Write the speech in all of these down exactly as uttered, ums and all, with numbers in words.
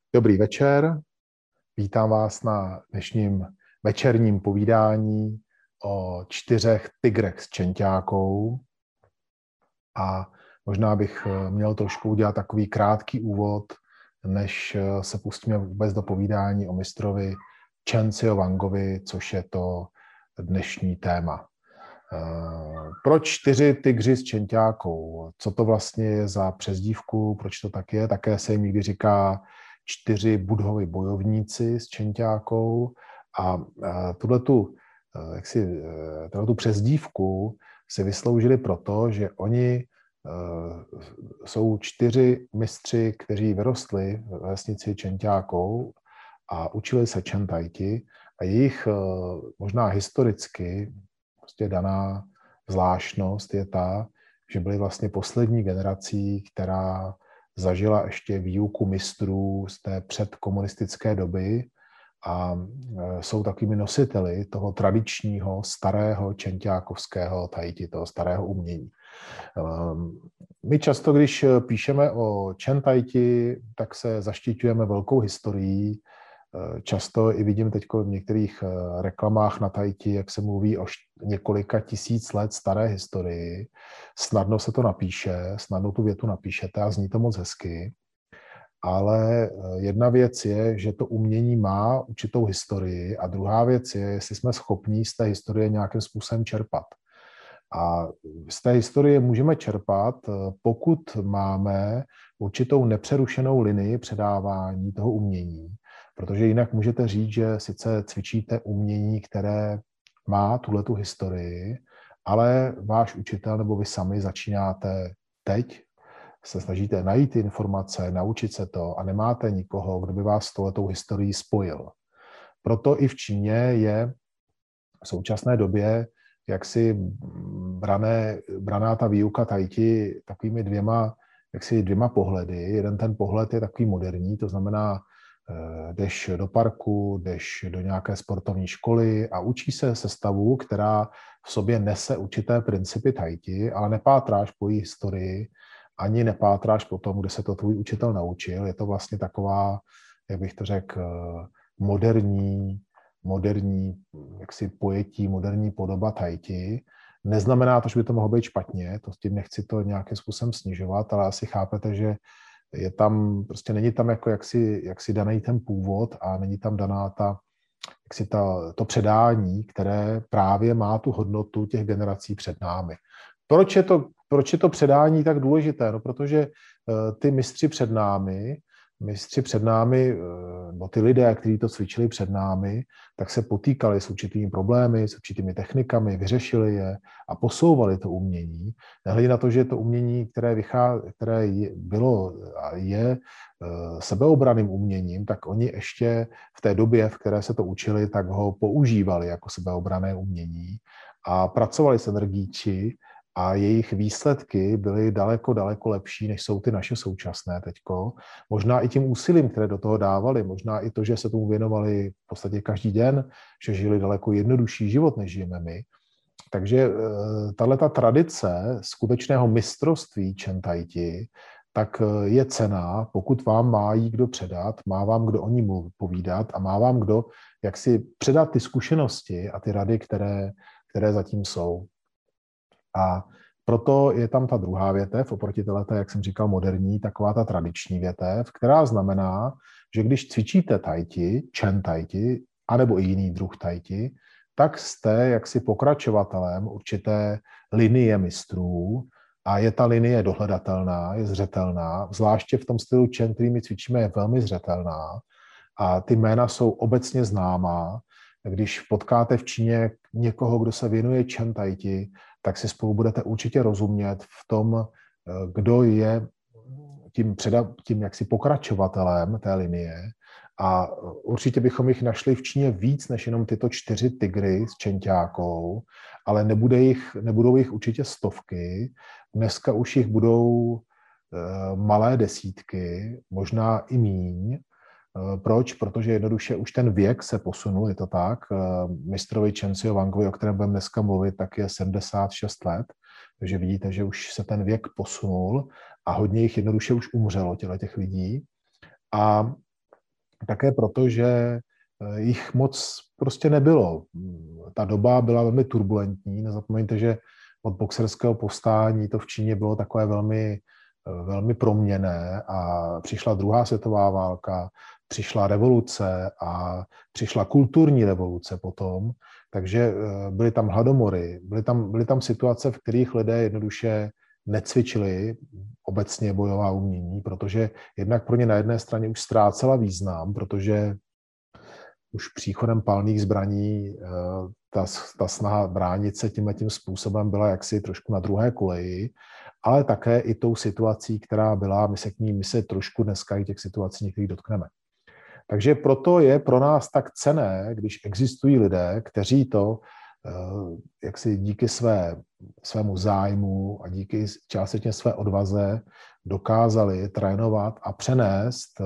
Dobrý večer, vítám vás na dnešním večerním povídání o čtyřech tigrech s čenťákou. A možná bych měl trošku udělat takový krátký úvod, než se pustíme vůbec do povídání o mistrovi Chen Xiaowangovi, což je to dnešní téma. Proč čtyři tygři s čenťákou? Co to vlastně je za přezdívku? Proč to tak je? Také se jim někdy říká čtyři Budhovi bojovníci s čenťákou. A tuhletu, jaksi, tuhletu přezdívku si vysloužili proto, že oni jsou čtyři mistři, kteří vyrostli v vesnici Čenťákou a učili se Čen Tai Ti a jejich možná historicky prostě daná zvláštnost je ta, že byli vlastně poslední generací, která zažila ještě výuku mistrů z té předkomunistické doby a jsou takovými nositeli toho tradičního starého čenťákovského tai ti, toho starého umění. My často, když píšeme o Čen Tai Ti, tak se zaštiťujeme velkou historií. Často i vidím teď v některých reklamách na Tai Ti, jak se mluví o několika tisíc let staré historii. Snadno se to napíše, snadno tu větu napíšete a zní to moc hezky. Ale jedna věc je, že to umění má určitou historii a druhá věc je, jestli jsme schopní z té historie nějakým způsobem čerpat. A z té historie můžeme čerpat, pokud máme určitou nepřerušenou linii předávání toho umění, protože jinak můžete říct, že sice cvičíte umění, které má tuhletu historii, ale váš učitel nebo vy sami začínáte teď, se snažíte najít ty informace, naučit se to a nemáte nikoho, kdo by vás s touhletou historií spojil. Proto i v Číně je v současné době jaksi brané, braná ta výuka Tai Ti takovými dvěma, jaksi dvěma pohledy. Jeden ten pohled je takový moderní, to znamená, jdeš do parku, jdeš do nějaké sportovní školy a učí se sestavu, která v sobě nese určité principy Tai Ti, ale nepátráš po její historii, ani nepátráš po tom, kde se to tvůj učitel naučil. Je to vlastně taková, jak bych to řekl, moderní, moderní jaksi pojetí, moderní podoba Tai Ti. Neznamená to, že by to mohlo být špatně, to s tím nechci to nějakým způsobem snižovat, ale asi chápete, že je tam, prostě není tam jako jaksi, jaksi daný ten původ a není tam daná ta, jaksi ta, to předání, které právě má tu hodnotu těch generací před námi. Proč je to, proč je to předání tak důležité? No, protože ty mistři před námi, mistři před námi, no ty lidé, kteří to cvičili před námi, tak se potýkali s určitými problémy, s určitými technikami, vyřešili je a posouvali to umění. Nehledě na to, že to umění, které, vychá, které je, bylo a je sebeobranným uměním, tak oni ještě v té době, v které se to učili, tak ho používali jako sebeobranné umění a pracovali s energií Qi, a jejich výsledky byly daleko, daleko lepší, než jsou ty naše současné teďko. Možná i tím úsilím, které do toho dávali, možná i to, že se tomu věnovali v podstatě každý den, že žili daleko jednodušší život, než žijeme my. Takže tahleta tradice skutečného mistrovství Čen Tai Ti, tak je cenná, pokud vám má jí kdo předat, má vám kdo o ní povídat a má vám kdo jak si předat ty zkušenosti a ty rady, které, které zatím jsou. A proto je tam ta druhá větev, oproti této, jak jsem říkal, moderní, taková ta tradiční větev, která znamená, že když cvičíte Tai Ti, Čen Tai Ti, anebo i jiný druh Tai Ti, tak jste jaksi pokračovatelem určité linie mistrů a je ta linie dohledatelná, je zřetelná, zvláště v tom stylu Čen, který my cvičíme, je velmi zřetelná a ty jména jsou obecně známá. Když potkáte v Číně někoho, kdo se věnuje Čen Tai Ti, tak si spolu budete určitě rozumět v tom, kdo je tím, předa, tím jaksi pokračovatelem té linie. A určitě bychom jich našli v Číně víc než jenom tyto čtyři tygry s čenťákou, ale nebude jich, nebudou jich určitě stovky. Dneska už jich budou malé desítky, možná i míň. Proč? Protože jednoduše už ten věk se posunul, je to tak. Mistrovi Chen Xiaowangovi, o kterém budeme dneska mluvit, tak je sedmdesát šest let, takže vidíte, že už se ten věk posunul a hodně jich jednoduše už umřelo, těch lidí. A také proto, že jich moc prostě nebylo. Ta doba byla velmi turbulentní. Nezapomeňte, že od boxerského povstání to v Číně bylo takové velmi, velmi proměnné a přišla druhá světová válka, přišla revoluce a přišla kulturní revoluce potom, takže byly tam hladomory, byly tam, byly tam situace, v kterých lidé jednoduše necvičili obecně bojová umění, protože jednak pro ně na jedné straně už ztrácela význam, protože už příchodem palných zbraní ta, ta snaha bránit se tímhletím způsobem byla jaksi trošku na druhé koleji, ale také i tou situací, která byla, my se k ní, my se trošku dneska i těch situací některých dotkneme. Takže proto je pro nás tak cenné, když existují lidé, kteří to jaksi díky své, svému zájmu a díky částečně své odvaze dokázali trénovat a přenést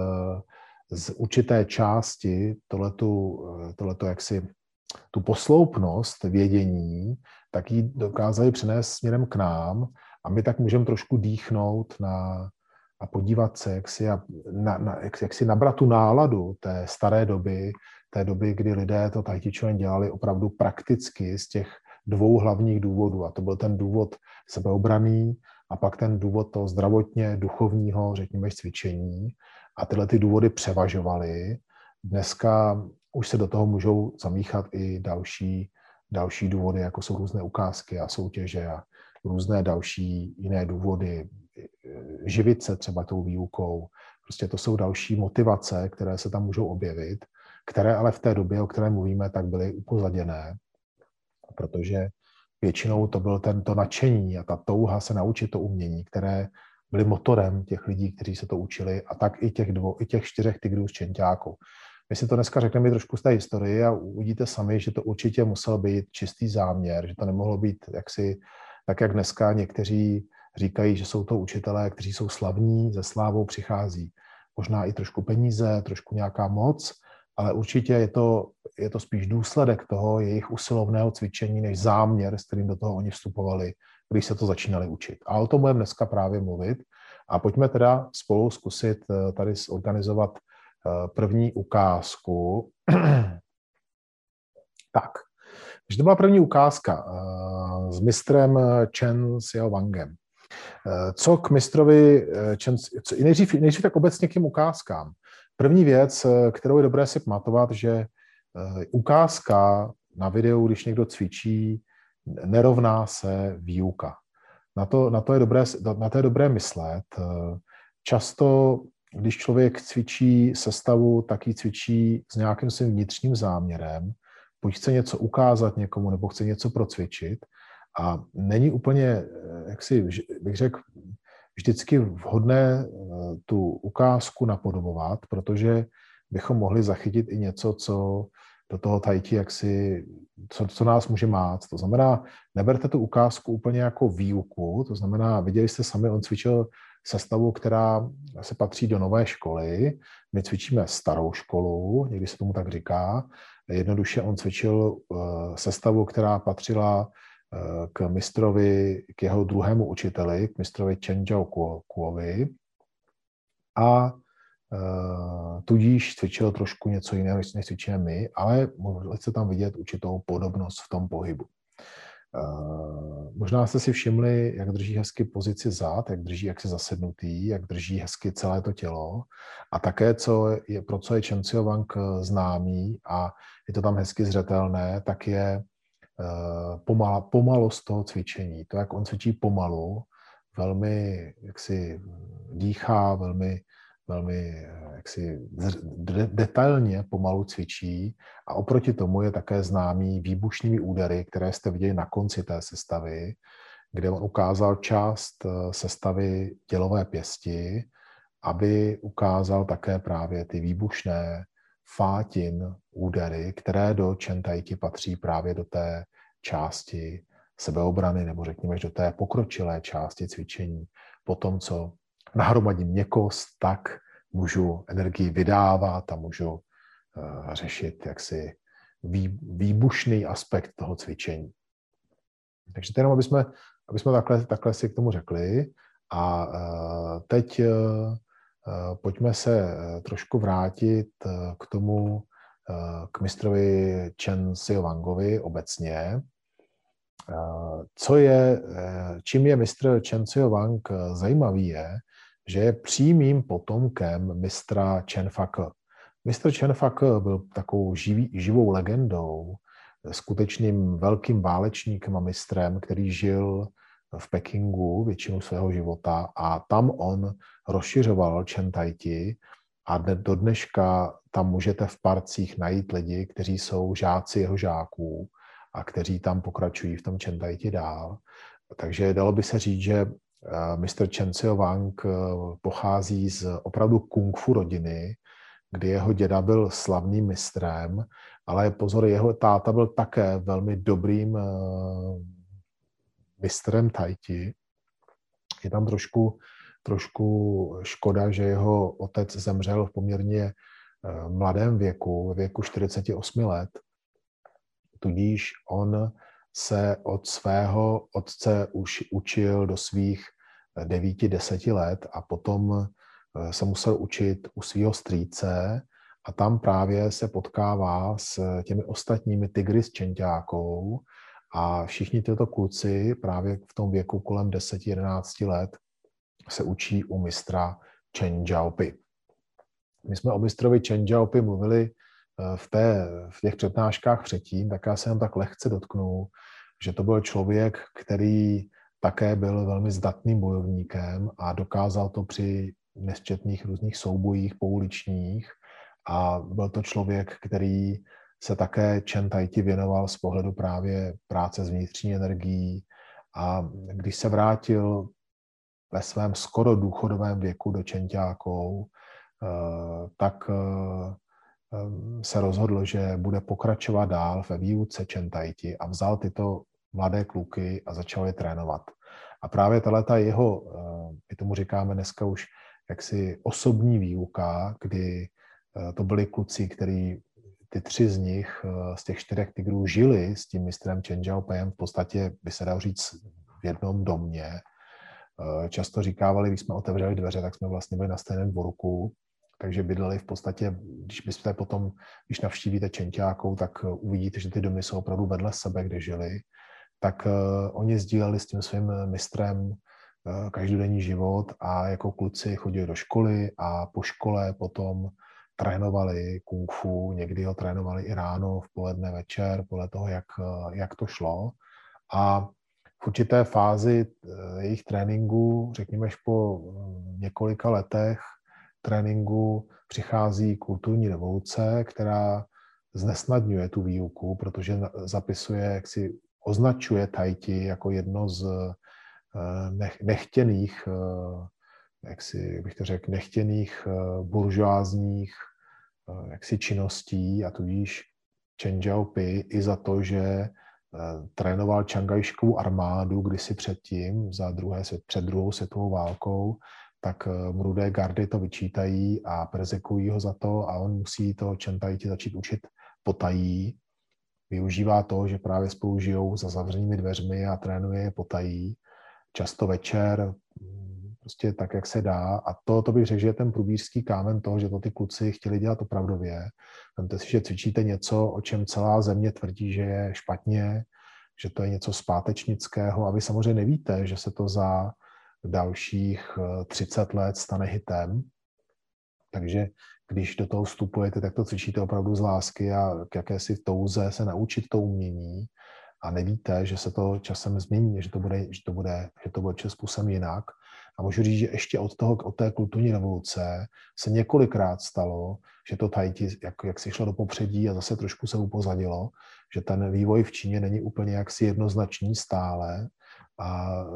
z určité části tohletu, tohleto jaksi tu posloupnost vědění, tak ji dokázali přenést směrem k nám a my tak můžeme trošku dýchnout na, a podívat se, jak si, na, na, jak, jak si nabrat tu náladu té staré doby, té doby, kdy lidé to tai chi chuan dělali opravdu prakticky z těch dvou hlavních důvodů. A to byl ten důvod sebeobraný a pak ten důvod toho zdravotně duchovního, řekněme, cvičení. A tyhle ty důvody převažovaly. Dneska už se do toho můžou zamíchat i další, další důvody, jako jsou různé ukázky a soutěže a různé další jiné důvody, živit se třeba tou výukou. Prostě to jsou další motivace, které se tam můžou objevit, které ale v té době, o které mluvíme, tak byly upozaděné, protože většinou to bylo tento nadšení a ta touha se naučit to umění, které byly motorem těch lidí, kteří se to učili, a tak i těch dvou, i těch čtyřech tigrů z Čenťáku. My si to dneska řekneme trošku z té historie a uvidíte sami, že to určitě musel být čistý záměr, že to nemohlo být jaksi, tak jak dneska někteří říkají, že jsou to učitelé, kteří jsou slavní, ze slávou přichází možná i trošku peníze, trošku nějaká moc, ale určitě je to, je to spíš důsledek toho jejich usilovného cvičení, než záměr, s kterým do toho oni vstupovali, když se to začínali učit. A o tom budeme dneska právě mluvit. A pojďme teda spolu zkusit tady zorganizovat první ukázku. Tak, takže to byla první ukázka s mistrem Chen Xiaowangem. Co k mistrovi Chen, co, nejdřív, nejdřív tak obecně k těm ukázkám. První věc, kterou je dobré si pamatovat, že ukázka na videu, když někdo cvičí, nerovná se výuka. Na to, na to, je, dobré, na to je dobré myslet. Často, když člověk cvičí sestavu, tak ji cvičí s nějakým svým vnitřním záměrem, buď chce něco ukázat někomu, nebo chce něco procvičit. A není úplně, jak si bych řekl, vždycky vhodné tu ukázku napodobovat, protože bychom mohli zachytit i něco, co do toho tai chi jaksi, co, co nás může mát. To znamená, neberte tu ukázku úplně jako výuku, to znamená, viděli jste sami, on cvičil sestavu, která se patří do nové školy. My cvičíme starou školu, někdy se tomu tak říká. Jednoduše on cvičil sestavu, která patřila k mistrovi, k jeho druhému učiteli, k mistrovi Chen Jiaokuovi. A Uh, tudíž cvičil trošku něco jiného, než cvičíme my, ale mohli se tam vidět určitou podobnost v tom pohybu. Uh, možná jste si všimli, jak drží hezky pozici zad, jak drží jak se zasednutý, jak drží hezky celé to tělo a také, co je, pro co je Chen Xiaowang známý a je to tam hezky zřetelné, tak je uh, pomal, pomalost toho cvičení. To, jak on cvičí pomalu, velmi jaksi dýchá, velmi velmi jaksi detailně pomalu cvičí a oproti tomu je také známý výbušnými údery, které jste viděli na konci té sestavy, kde on ukázal část sestavy dělové pěsti, aby ukázal také právě ty výbušné fátin údery, které do Chen Tai Chi patří právě do té části sebeobrany, nebo řekněme, do té pokročilé části cvičení. Po tom, co nahromadím měkkost, tak můžu energii vydávat a můžu uh, řešit jaksi vý, výbušný aspekt toho cvičení. Takže to jenom, aby jsme, aby jsme takhle, takhle si k tomu řekli. A uh, teď uh, pojďme se trošku vrátit k tomu, k mistrovi Chen Xiaowangovi obecně. Co je, čím je mistr Chen Xiaowang zajímavý je, že je přímým potomkem mistra Chen Fake. Mistr Chen Fake byl takovou živý, živou legendou, skutečným velkým válečníkem a mistrem, který žil v Pekingu většinu svého života a tam on rozšiřoval Chen Tai Chi a do dneška tam můžete v parcích najít lidi, kteří jsou žáci jeho žáků a kteří tam pokračují v tom Chen Tai Chi dál. Takže dalo by se říct, že mistr Chen Xiaowang pochází z opravdu kung fu rodiny, kdy jeho děda byl slavným mistrem, ale pozor, jeho táta byl také velmi dobrým mistrem Tai Chi. Je tam trošku, trošku škoda, že jeho otec zemřel v poměrně mladém věku, ve věku čtyřicet osm let. Tudíž on se od svého otce už učil do svých devíti, deseti let a potom se musel učit u svého strýce a tam právě se potkává s těmi ostatními tygry s čenťákou a všichni tyto kluci právě v tom věku kolem deset jedenáct let se učí u mistra Chen Zhaopi. My jsme o mistrovi Chen Zhaopi mluvili v, té, v těch přednáškách předtím, tak já se jen tak lehce dotknu, že to byl člověk, který také byl velmi zdatným bojovníkem a dokázal to při nesčetných různých soubojích pouličních a byl to člověk, který se také Chen Tai Chi věnoval z pohledu právě práce s vnitřní energií a když se vrátil ve svém skoro důchodovém věku do čenťákou, tak se rozhodl, že bude pokračovat dál ve výuce Chen Tai Chi a vzal tyto mladé kluky a začal je trénovat. A právě tato jeho, my tomu říkáme dneska už jaksi osobní výuka, kdy to byli kluci, který ty tři z nich, z těch čtyřech tigrů, žili s tím mistrem Chen Zhaopiem v podstatě, by se dalo říct, v jednom domě. Často říkávali, když jsme otevřeli dveře, tak jsme vlastně byli na stejném dvorku, takže bydleli v podstatě, když byste potom, když navštívíte čenťákou, tak uvidíte, že ty domy jsou opravdu vedle sebe, kde žili. Tak uh, oni sdíleli s tím svým mistrem uh, každodenní život a jako kluci chodili do školy a po škole potom trénovali kung fu, někdy ho trénovali i ráno, v poledne, večer, podle toho, jak, uh, jak to šlo. A v určité fázi uh, jejich tréninku, řekněme, až po uh, několika letech tréninku přichází kulturní revoluce, která znesnadňuje tu výuku, protože zapisuje, jak si označuje Tai Chi jako jedno z nechtěných, jak si bych to řekl, nechtěných buržoázních jaksi činností a tudíž Chen Zhaopi i za to, že trénoval čangajškou armádu kdysi předtím, za druhé, před druhou světovou válkou, tak mu Rudé gardy to vyčítají a persekují ho za to a on musí to Chen Tai Chi začít učit potají. Využívá to, že právě spolu žijou za zavřenými dveřmi a trénuje je potají. Často večer, prostě tak, jak se dá. A to, to bych řekl, že je ten průbířský kámen toho, že to ty kluci chtěli dělat opravdově. Vemte si, že cvičíte něco, o čem celá země tvrdí, že je špatně, že to je něco zpátečnického a vy samozřejmě nevíte, že se to za dalších třicet let stane hitem. Takže když do toho vstupujete, tak to cvičíte opravdu z lásky a k jakési touze se naučit to umění a nevíte, že se to časem změní, že to bude, že to bude, že to bude způsobem jinak. A můžu říct, že ještě od toho, od té kulturní revoluce se několikrát stalo, že to Tai Chi jak, jak si šlo do popředí a zase trošku se upozadilo, že ten vývoj v Číně není úplně jaksi jednoznačný stále a e,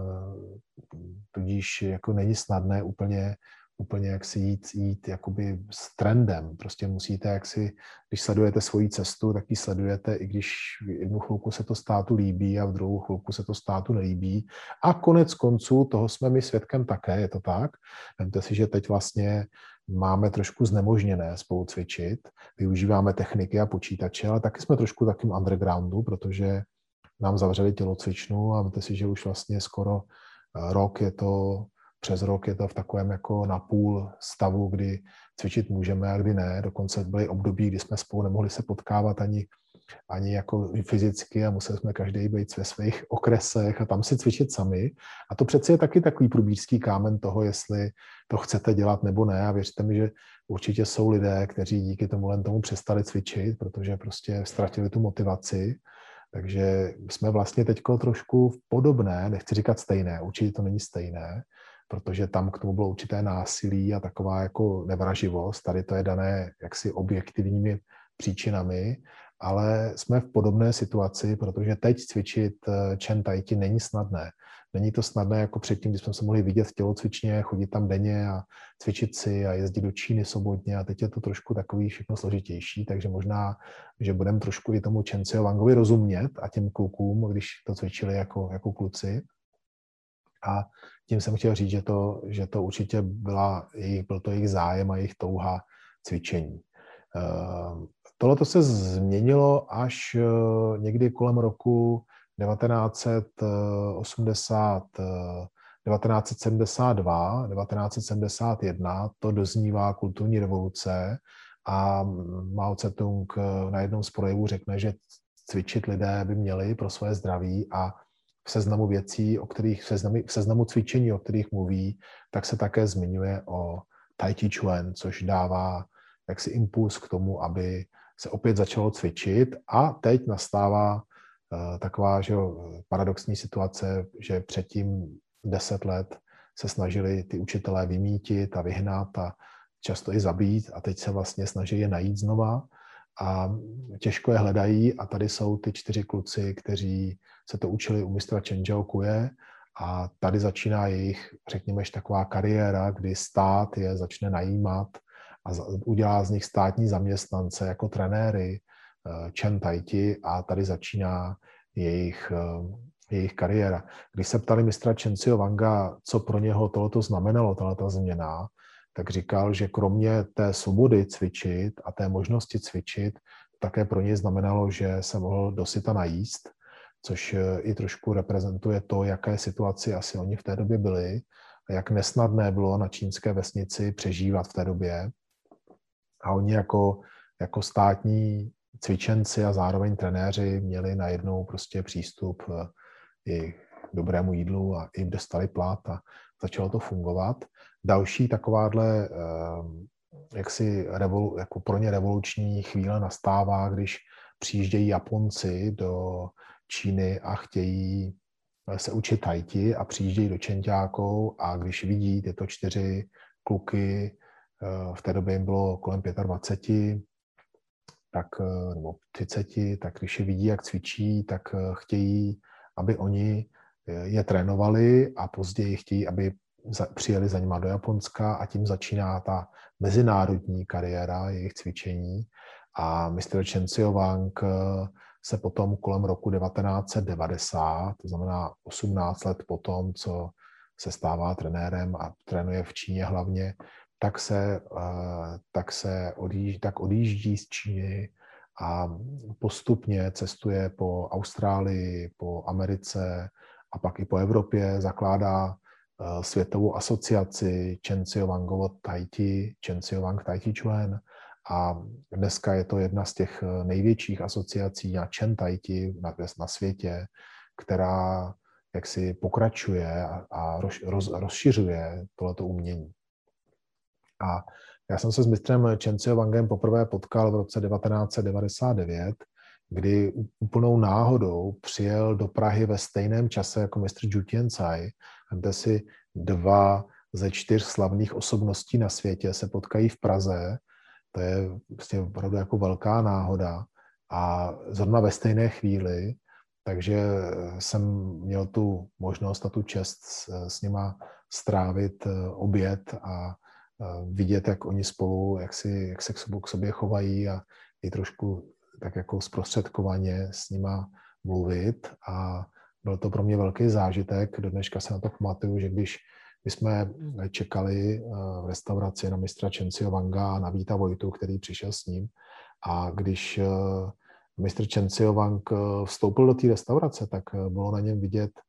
tudíž jako není snadné úplně úplně jak si jít, jít jakoby s trendem. Prostě musíte, jak si, když sledujete svoji cestu, tak ji sledujete, i když v jednu chvilku se to státu líbí a v druhou chvilku se to státu nelíbí. A konec konců, toho jsme my svědkem také, je to tak. Vemte si, že teď vlastně máme trošku znemožněné spolu cvičit, využíváme techniky a počítače, ale taky jsme trošku takým undergroundu, protože nám zavřeli tělocvičnu a vemte si, že už vlastně skoro rok je to přes rok je to v takovém jako napůl stavu, kdy cvičit můžeme a kdy ne. Dokonce byly období, kdy jsme spolu nemohli se potkávat ani, ani jako fyzicky a museli jsme každý být ve svých okresech a tam si cvičit sami. A to přeci je taky takový průbířský kámen toho, jestli to chcete dělat nebo ne. A věřte mi, že určitě jsou lidé, kteří díky tomu tomu přestali cvičit, protože prostě ztratili tu motivaci. Takže jsme vlastně teď trošku podobné, nechci říkat stejné, určitě to není stejné, protože tam k tomu bylo určité násilí a taková jako nevraživost. Tady to je dané jaksi objektivními příčinami, ale jsme v podobné situaci, protože teď cvičit Chen Tai Chi není snadné. Není to snadné jako předtím, když jsme se mohli vidět v tělocvičně, chodit tam denně a cvičit si a jezdit do Číny sobotně a teď je to trošku takový všechno složitější, takže možná, že budeme trošku i tomu Chen Sio Wangovi rozumět a těm klukům, když to cvičili jako, jako kluci. A tím jsem chtěl říct, že to, že to určitě byla jejich, byl to jejich zájem a jejich touha cvičení. Tohle to se změnilo až někdy kolem roku devatenáct set osmdesát, devatenáct set sedmdesát dva, devatenáct set sedmdesát jedna, to doznívá kulturní revoluce a Mao Tse-tung na jednom z projevů řekne, že cvičit lidé by měli pro své zdraví a v seznamu věcí, o kterých, v seznamu, v seznamu cvičení, o kterých mluví, tak se také zmiňuje o Tai Chi Chuan, což dává jaksi impuls k tomu, aby se opět začalo cvičit a teď nastává uh, taková že jo, paradoxní situace, že předtím deset let se snažili ty učitelé vymítit a vyhnat a často i zabít a teď se vlastně snaží je najít znova a těžko je hledají a tady jsou ty čtyři kluci, kteří se to učili u mistra Chen Jiaokuje a tady začíná jejich, řekněme, taková kariéra, kdy stát je začne najímat a udělá z nich státní zaměstnance jako trenéry Chen Tai Chi a tady začíná jejich, jejich kariéra. Když se ptali mistra Chen Sio Wanga, co pro něho tohleto znamenalo, tato změna, tak říkal, že kromě té svobody cvičit a té možnosti cvičit, také pro něj znamenalo, že se mohl dosyta najíst, což i trošku reprezentuje to, jaké situaci asi oni v té době byli a jak nesnadné bylo na čínské vesnici přežívat v té době. A oni jako, jako státní cvičenci a zároveň trenéři měli najednou prostě přístup i k dobrému jídlu a i dostali plat a začalo to fungovat. Další takováhle jaksi revolu, jako pro ně revoluční chvíle nastává, když přijíždějí Japonci do Číny a chtějí se učit Tai Chi a přijíždějí do Čenťákou a když vidí tyto čtyři kluky, v té době jim bylo kolem dvacet pět, tak, nebo třicet, tak když je vidí, jak cvičí, tak chtějí, aby oni je trénovali a později chtějí, aby přijeli za nima do Japonska a tím začíná ta mezinárodní kariéra jejich cvičení. A mistr Chen Sio Wang se potom kolem roku devatenáct set devadesát, to znamená osmnáct let potom, co se stává trenérem a trénuje v Číně hlavně, tak se, tak se odjíždí, tak odjíždí z Číny a postupně cestuje po Austrálii, po Americe a pak i po Evropě, zakládá světovou asociaci Chen Sio Wangovo Tai Chi, Chen Sio Wang Tai Chi Chuan a dneska je to jedna z těch největších asociací na Chen Tai Chi na, na světě, která jaksi pokračuje a, a roz, roz, rozšiřuje tohleto umění. A já jsem se s mistrem Chen Sio Wangem poprvé potkal v roce devatenáct set devadesát devět, kdy úplnou náhodou přijel do Prahy ve stejném čase jako mistr Zhu Tiancai. Vemte si, dva ze čtyř slavných osobností na světě se potkají v Praze. To je prostě opravdu jako velká náhoda. A zrovna ve stejné chvíli, takže jsem měl tu možnost a tu čest s, s nima strávit oběd a vidět, jak oni spolu, jak, si, jak se k sobě, k sobě chovají a i trošku tak jako zprostředkovaně s nima mluvit. A byl to pro mě velký zážitek. Do dneška se na to pamatuju, že když my jsme čekali v restauraci na mistra Chen Sio Wanga a na Víta Vojtu, který přišel s ním, a když mistr Chen Sio Wang vstoupil do té restaurace, tak bylo na něm vidět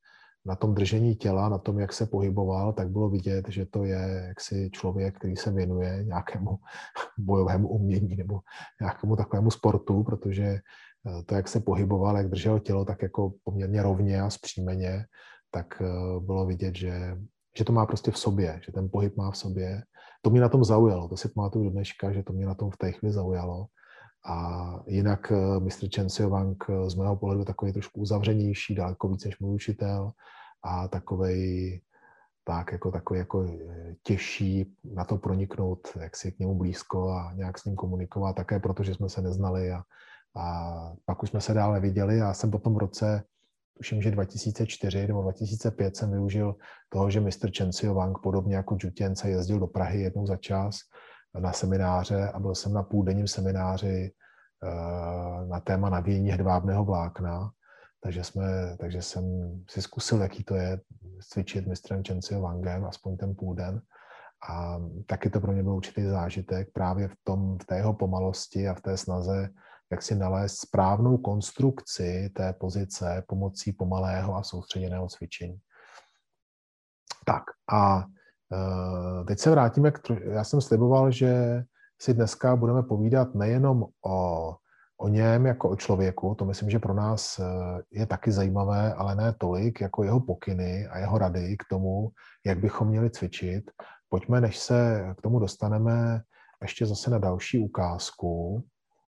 na tom držení těla, na tom, jak se pohyboval, tak bylo vidět, že to je jaksi člověk, který se věnuje nějakému bojovému umění nebo nějakému takovému sportu, protože to, jak se pohyboval, jak držel tělo, tak jako poměrně rovně a zpříjmeně, tak bylo vidět, že, že to má prostě v sobě, že ten pohyb má v sobě. To mě na tom zaujalo, to si pamatuju do dneška, že to mě na tom v té chvíli zaujalo. A jinak mistr Chen Xiaowang z mého pohledu takový trošku uzavřenější, daleko víc než můj učitel a takovej, tak jako takový jako těžší na to proniknout, jak si k němu blízko a nějak s ním komunikovat, také protože jsme se neznali a, a pak už jsme se dále viděli a jsem po tom roce, tuším, že dva tisíce čtyři nebo dva tisíce pět jsem využil toho, že mistr Chen Xiaowang podobně jako Zhu Tian se jezdil do Prahy jednou za čas na semináře a byl jsem na půldenním semináři na téma nabíjení hedvábného vlákna, takže, jsme, takže jsem si zkusil, jaký to je cvičit mistrem Chen Xiaowangem, aspoň ten půl den. A taky to pro mě byl určitý zážitek právě v, tom, v té jeho pomalosti a v té snaze, jak si nalézt správnou konstrukci té pozice pomocí pomalého a soustředěného cvičení. Tak a teď se vrátíme k... Já jsem sliboval, že si dneska budeme povídat nejenom o, o něm jako o člověku, to myslím, že pro nás je taky zajímavé, ale ne tolik, jako jeho pokyny a jeho rady k tomu, jak bychom měli cvičit. Pojďme, než se k tomu dostaneme, ještě zase na další ukázku.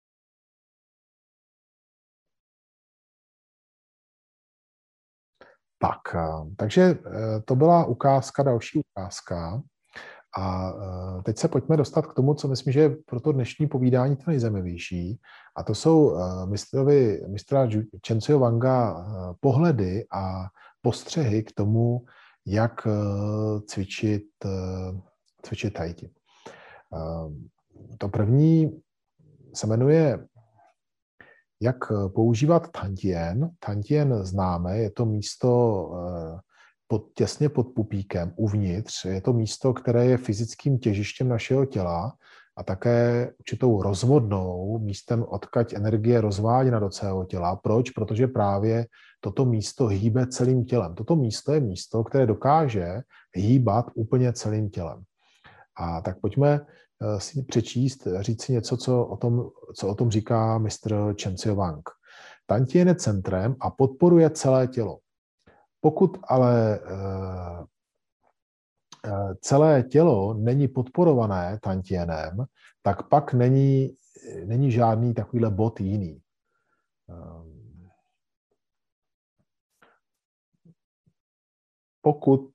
Tak, takže to byla ukázka, další ukázka. A teď se pojďme dostat k tomu, co myslím, že je pro to dnešní povídání to nejzajímavější. A to jsou mistrovi, mistra Chen Xiaowanga pohledy a postřehy k tomu, jak cvičit, cvičit tai chi. To první se jmenuje jak používat tantien. Tantien známe, je to místo pod, těsně pod pupíkem, uvnitř. Je to místo, které je fyzickým těžištěm našeho těla a také určitou rozvodnou místem, odkud energie rozváděna do celého těla. Proč? Protože právě toto místo hýbe celým tělem. Toto místo je místo, které dokáže hýbat úplně celým tělem. A tak pojďme si přečíst, říct si něco, co o tom, co o tom říká mistr Chen Xiaowang. Tantien je centrem a podporuje celé tělo. Pokud ale celé tělo není podporované tantienem, tak pak není, není žádný takovýhle bod jiný. Pokud,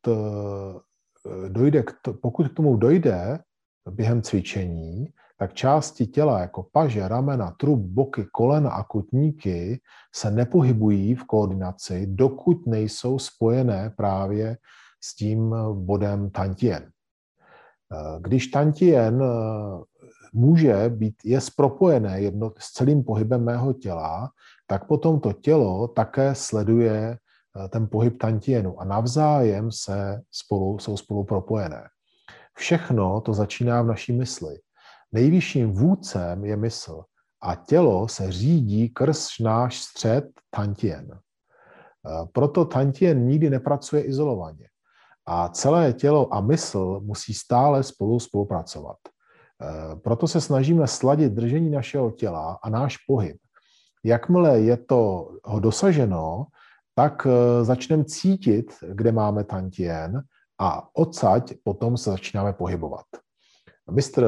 dojde k to, pokud k tomu dojde během cvičení, tak části těla jako paže, ramena, trup, boky, kolena a kotníky se nepohybují v koordinaci, dokud nejsou spojené právě s tím bodem tantien. Když tantien může být, je propojené jedno, s celým pohybem mého těla, tak potom to tělo také sleduje ten pohyb tantienu a navzájem se spolu, jsou spolu propojené. Všechno to začíná v naší mysli. Nejvyšším vůdcem je mysl a tělo se řídí krz náš střed tantien. Proto tantien nikdy nepracuje izolovaně. A celé tělo a mysl musí stále spolu spolupracovat. Proto se snažíme sladit držení našeho těla a náš pohyb. Jakmile je to ho dosaženo, tak začneme cítit, kde máme tantien a odsaď potom se začínáme pohybovat. Mistr,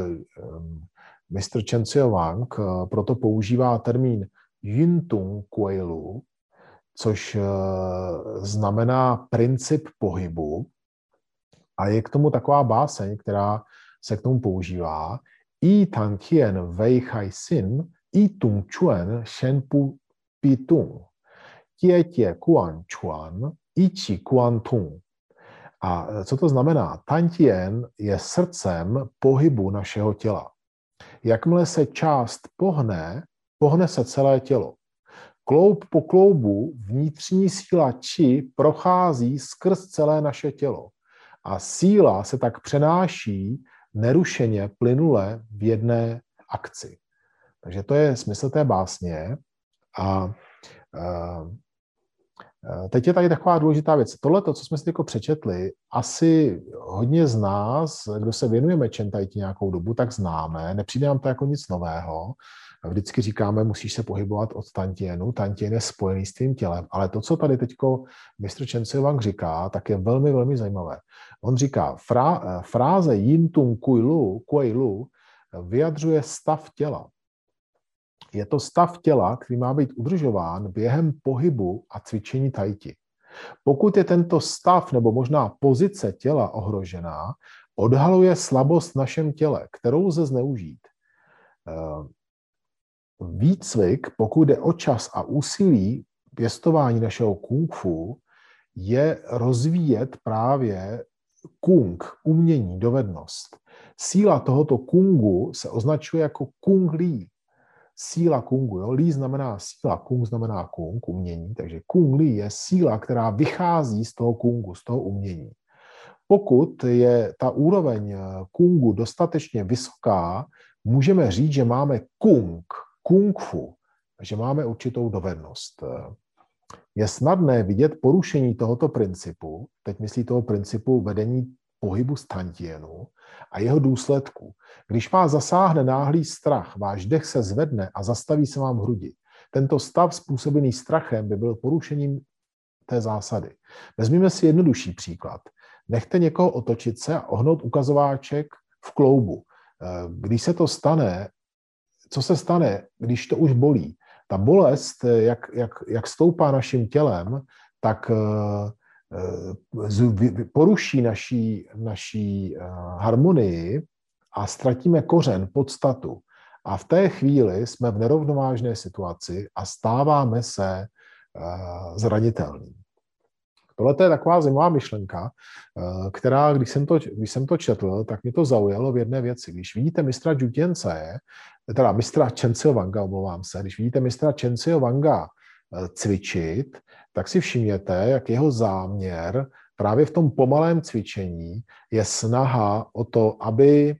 mistr Chen Xiaowang proto používá termín Yuntung Kueilu, což znamená princip pohybu. A je k tomu taková báseň, která se k tomu používá. Yi tantien wei hai xin, yi tung chuan shen pu pi tung, tie tie kuan chuan, yi qi kuan tung. A co to znamená? Tantien je srdcem pohybu našeho těla. Jakmile se část pohne, pohne se celé tělo. Kloub po kloubu vnitřní síla či prochází skrz celé naše tělo. A síla se tak přenáší nerušeně, plynule v jedné akci. Takže to je smysl té básně. A Teď je tady taková důležitá věc. Tohle, co jsme si teď přečetli, asi hodně z nás, kdo se věnujeme Čentajti nějakou dobu, tak známe. Nepřijde nám to jako nic nového. Vždycky říkáme, musíš se pohybovat od Tantienu. Tantien je spojený s tvým tělem. Ale to, co tady teďko mistr Chen Sio-wang říká, tak je velmi, velmi zajímavé. On říká, frá, fráze Yin Tung Kui Lu, Kui Lu vyjadřuje stav těla. Je to stav těla, který má být udržován během pohybu a cvičení tajti. Pokud je tento stav nebo možná pozice těla ohrožená, odhaluje slabost v našem těle, kterou lze zneužít. Výcvik, pokud jde o čas a úsilí pěstování našeho kung fu, je rozvíjet právě kung, umění, dovednost. Síla tohoto kungu se označuje jako kung li. Síla kungu, jo? Li znamená síla, kung znamená kung, umění, takže kung li je síla, která vychází z toho kungu, z toho umění. Pokud je ta úroveň kungu dostatečně vysoká, můžeme říct, že máme kung, kung fu, že máme určitou dovednost. Je snadné vidět porušení tohoto principu, teď myslí toho principu vedení pohybu z Tantienu a jeho důsledků. Když vás zasáhne náhlý strach, váš dech se zvedne a zastaví se vám v hrudi. Tento stav způsobený strachem by byl porušením té zásady. Vezměme si jednodušší příklad. Nechte někoho otočit se a ohnout ukazováček v kloubu. Když se to stane, co se stane, když to už bolí? Ta bolest, jak, jak, jak stoupá naším tělem, tak poruší naší, naší harmonii a ztratíme kořen, podstatu. A v té chvíli jsme v nerovnovážné situaci a stáváme se zranitelným. Tohle je taková zajímavá myšlenka, která, když jsem, to, když jsem to četl, tak mě to zaujalo v jedné věci. Když vidíte mistra Jutience, teda mistra Chen Sio-wanga, omlouvám se, když vidíte mistra Chen Sio-wanga cvičit, tak si všimněte, jak jeho záměr právě v tom pomalém cvičení je snaha o to, aby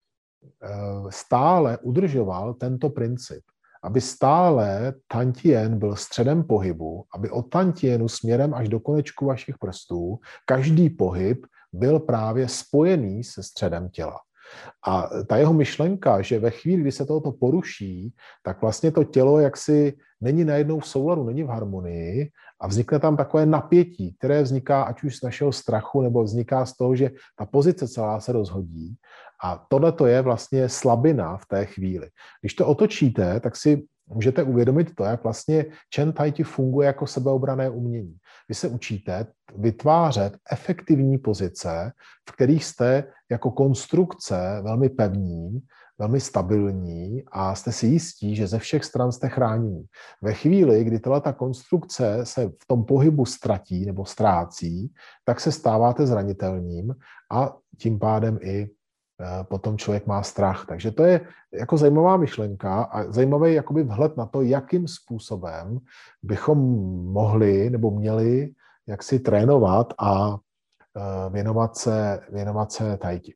stále udržoval tento princip. Aby stále Tantien byl středem pohybu, aby od Tantienu směrem až do konečku vašich prstů každý pohyb byl právě spojený se středem těla. A ta jeho myšlenka, že ve chvíli, kdy se tohoto poruší, tak vlastně to tělo jaksi není najednou v souladu, není v harmonii a vznikne tam takové napětí, které vzniká ať už z našeho strachu, nebo vzniká z toho, že ta pozice celá se rozhodí. A tohle je vlastně slabina v té chvíli. Když to otočíte, tak si můžete uvědomit to, jak vlastně Chen Tai funguje jako sebeobranné umění. Vy se učíte vytvářet efektivní pozice, v kterých jste jako konstrukce velmi pevní, velmi stabilní a jste si jistí, že ze všech stran jste chránění. Ve chvíli, kdy ta konstrukce se v tom pohybu ztratí nebo ztrácí, tak se stáváte zranitelným a tím pádem i potom člověk má strach. Takže to je jako zajímavá myšlenka a zajímavý jakoby vhled na to, jakým způsobem bychom mohli nebo měli jak si trénovat a věnovat se, věnovat se tajti.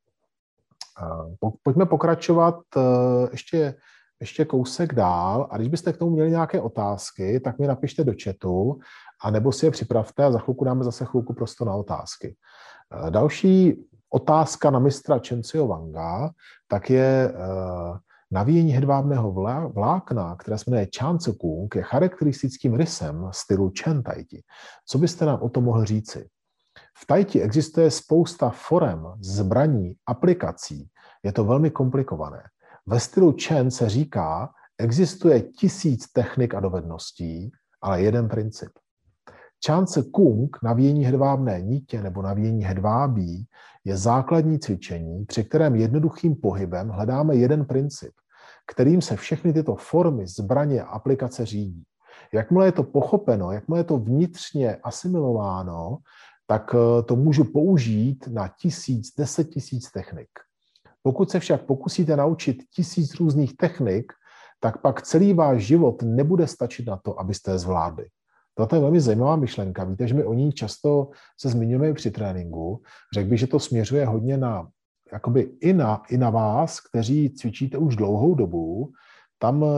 Pojďme pokračovat ještě, ještě kousek dál a když byste k tomu měli nějaké otázky, tak mi napište do chatu a nebo si je připravte a za chvilku dáme zase chvilku prostor na otázky. Další otázka na mistra Chen Sio-wanga, tak je uh, navíjení hedvábného vlákna, které se jmenuje Chan Tzu Kung, je charakteristickým rysem stylu Chen Taiti. Co byste nám o tom mohl říci? V Taiti existuje spousta forem, zbraní, aplikací. Je to velmi komplikované. Ve stylu Chen se říká, existuje tisíc technik a dovedností, ale jeden princip. Chan Tzu Kung, navíjení hedvábné nitě nebo navíjení hedvábí, je základní cvičení, při kterém jednoduchým pohybem hledáme jeden princip, kterým se všechny tyto formy, zbraně a aplikace řídí. Jakmile je to pochopeno, jakmile je to vnitřně asimilováno, tak to můžu použít na tisíc, deset tisíc technik. Pokud se však pokusíte naučit tisíc různých technik, tak pak celý váš život nebude stačit na to, abyste je zvládli. Toto je velmi zajímavá myšlenka. Víte, že my o ní často se zmiňujeme při tréninku. Řekl bych, že to směřuje hodně na, jakoby i na, i na vás, kteří cvičíte už dlouhou dobu. Tam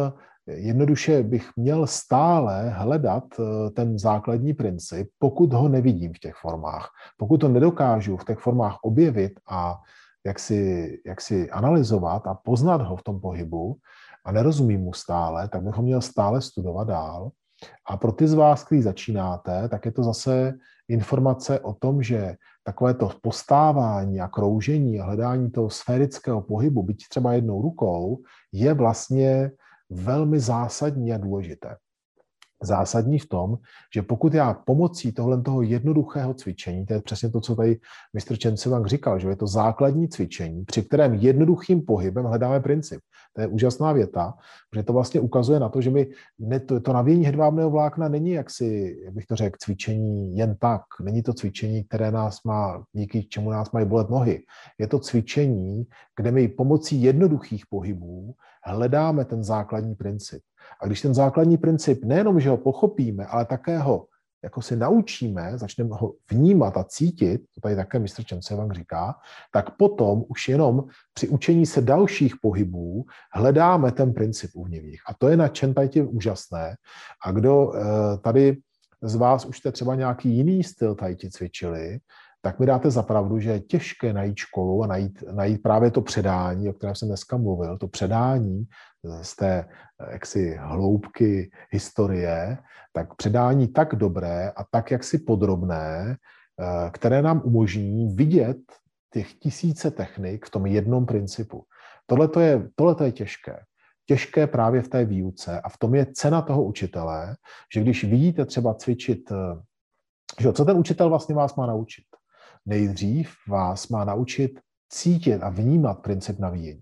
jednoduše bych měl stále hledat ten základní princip, pokud ho nevidím v těch formách. Pokud to nedokážu v těch formách objevit a jak si, jak si analyzovat a poznat ho v tom pohybu a nerozumím mu stále, tak bych ho měl stále studovat dál. A pro ty z vás, kteří začínáte, tak je to zase informace o tom, že takové to postávání a kroužení a hledání toho sférického pohybu, byť třeba jednou rukou, je vlastně velmi zásadní a důležité. Zásadní v tom, že pokud já pomocí tohle toho jednoduchého cvičení, to je přesně to, co tady mistr Chen Sivang říkal, že je to základní cvičení, při kterém jednoduchým pohybem hledáme princip. To je úžasná věta, protože to vlastně ukazuje na to, že my ne, to, to navíjení hedvábného vlákna není jaksi, jak bych to řekl, cvičení jen tak. Není to cvičení, které nás má, díky čemu nás mají bolet nohy. Je to cvičení, kde my pomocí jednoduchých pohybů hledáme ten základní princip. A když ten základní princip nejenom, že ho pochopíme, ale také ho jako si naučíme, začneme ho vnímat a cítit, to tady také mistr Chen Sivang říká, tak potom už jenom při učení se dalších pohybů hledáme ten princip uvnitř. A to je na Chen Tai Chi úžasné. A kdo tady z vás už jste třeba nějaký jiný styl Tai Chi cvičili, tak mi dáte za pravdu, že je těžké najít školu a najít, najít právě to předání, o kterém jsem dneska mluvil, to předání z té jaksi hloubky historie, tak předání tak dobré a tak jaksi podrobné, které nám umožní vidět těch tisíce technik v tom jednom principu. Tohleto je, tohleto je těžké. Těžké právě v té výuce a v tom je cena toho učitele, že když vidíte třeba cvičit, že co ten učitel vlastně vás má naučit? Nejdřív vás má naučit cítit a vnímat princip navíjení.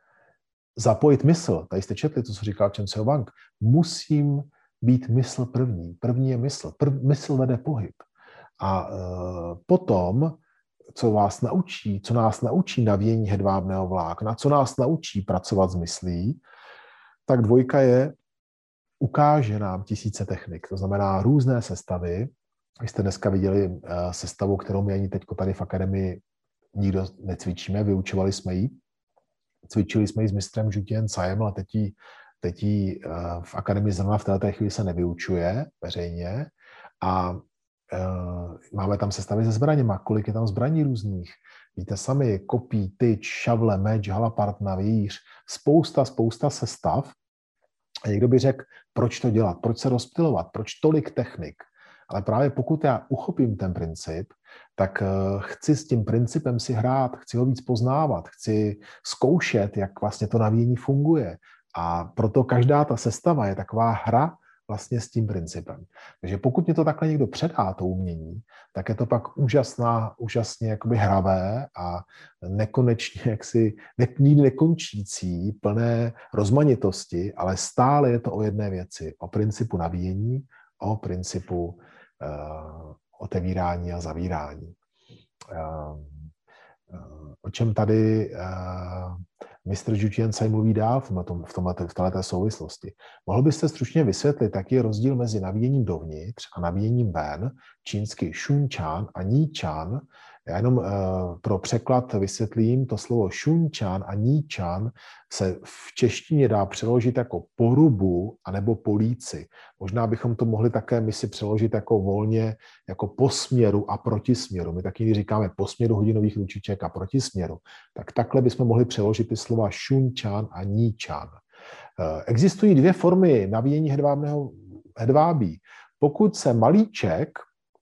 Zapojit mysl. Tady jste četli to, co říkal Chen Sivang. Musím být mysl první. První je mysl. Prv, mysl vede pohyb. A e, potom, co vás naučí, co nás naučí navíjení hedvábného vlákna, co nás naučí pracovat s myslí, tak dvojka je, ukáže nám tisíce technik. To znamená různé sestavy. Vy jste dneska viděli uh, sestavu, kterou my ani teď tady v akademii nikdo necvičíme, vyučovali jsme ji. Cvičili jsme ji s mistrem Jutian Tsajem, ale teď ji, teď ji uh, v akademii zrovna v této chvíli se nevyučuje veřejně. A uh, máme tam sestavy se zbraněma. Kolik je tam zbraní různých? Víte sami, kopí, tyč, šavle, meč, halapartna, vějíř, spousta, spousta sestav. A někdo by řekl, proč to dělat, proč se rozptylovat, proč tolik technik. Ale právě pokud já uchopím ten princip, tak chci s tím principem si hrát, chci ho víc poznávat, chci zkoušet, jak vlastně to navíjení funguje. A proto každá ta sestava je taková hra vlastně s tím principem. Takže pokud mě to takhle někdo předá, to umění, tak je to pak úžasná, úžasně jakoby hravé a nekonečně jaksi ne, nikdy nekončící, plné rozmanitosti, ale stále je to o jedné věci, o principu navíjení, o principu uh, otevírání a zavírání. Uh, uh, o čem tady uh, mistr Jutian Tsai mluví dál v, tom, v, tomhle, v této souvislosti? Mohl byste stručně vysvětlit, jaký je rozdíl mezi navíjením dovnitř a navíjením ven, čínsky Shun Chan a Ni Chan? Já jenom uh, pro překlad vysvětlím, to slovo Shun Chan a Ni Chan se v češtině dá přeložit jako porubu anebo políci. Možná bychom to mohli také my si přeložit jako volně, jako posměru a protisměru. My taky říkáme posměru hodinových ručiček a protisměru. Tak takhle bychom mohli přeložit ty slova Shun Chan a Ni Chan. Uh, existují dvě formy navíjení hedvábného hedvábí. Pokud se malíček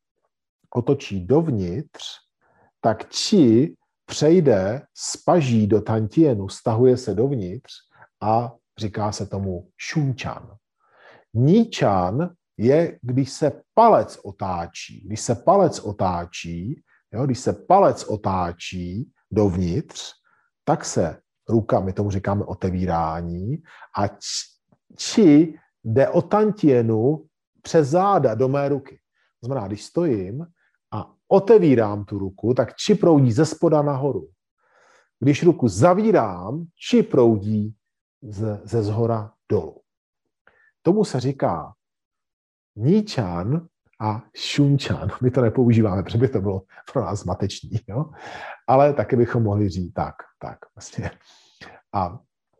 otočí dovnitř, tak chi přejde z paží do tantienu, stahuje se dovnitř a říká se tomu Shun Chan. Ni Chan je, když se palec otáčí. Když se palec otáčí, jo, když se palec otáčí dovnitř, tak se ruka, my tomu říkáme otevírání, a chi jde od tantienu přes záda do mé ruky. To znamená, když stojím a otevírám tu ruku, tak chi proudí ze spoda nahoru. Když ruku zavírám, chi proudí ze, ze zhora dolů. Tomu se říká Ni Chan a Shun Chan. My to nepoužíváme, protože by to bylo pro nás zmatečný. Jo? Ale taky bychom mohli říct tak, tak vlastně. A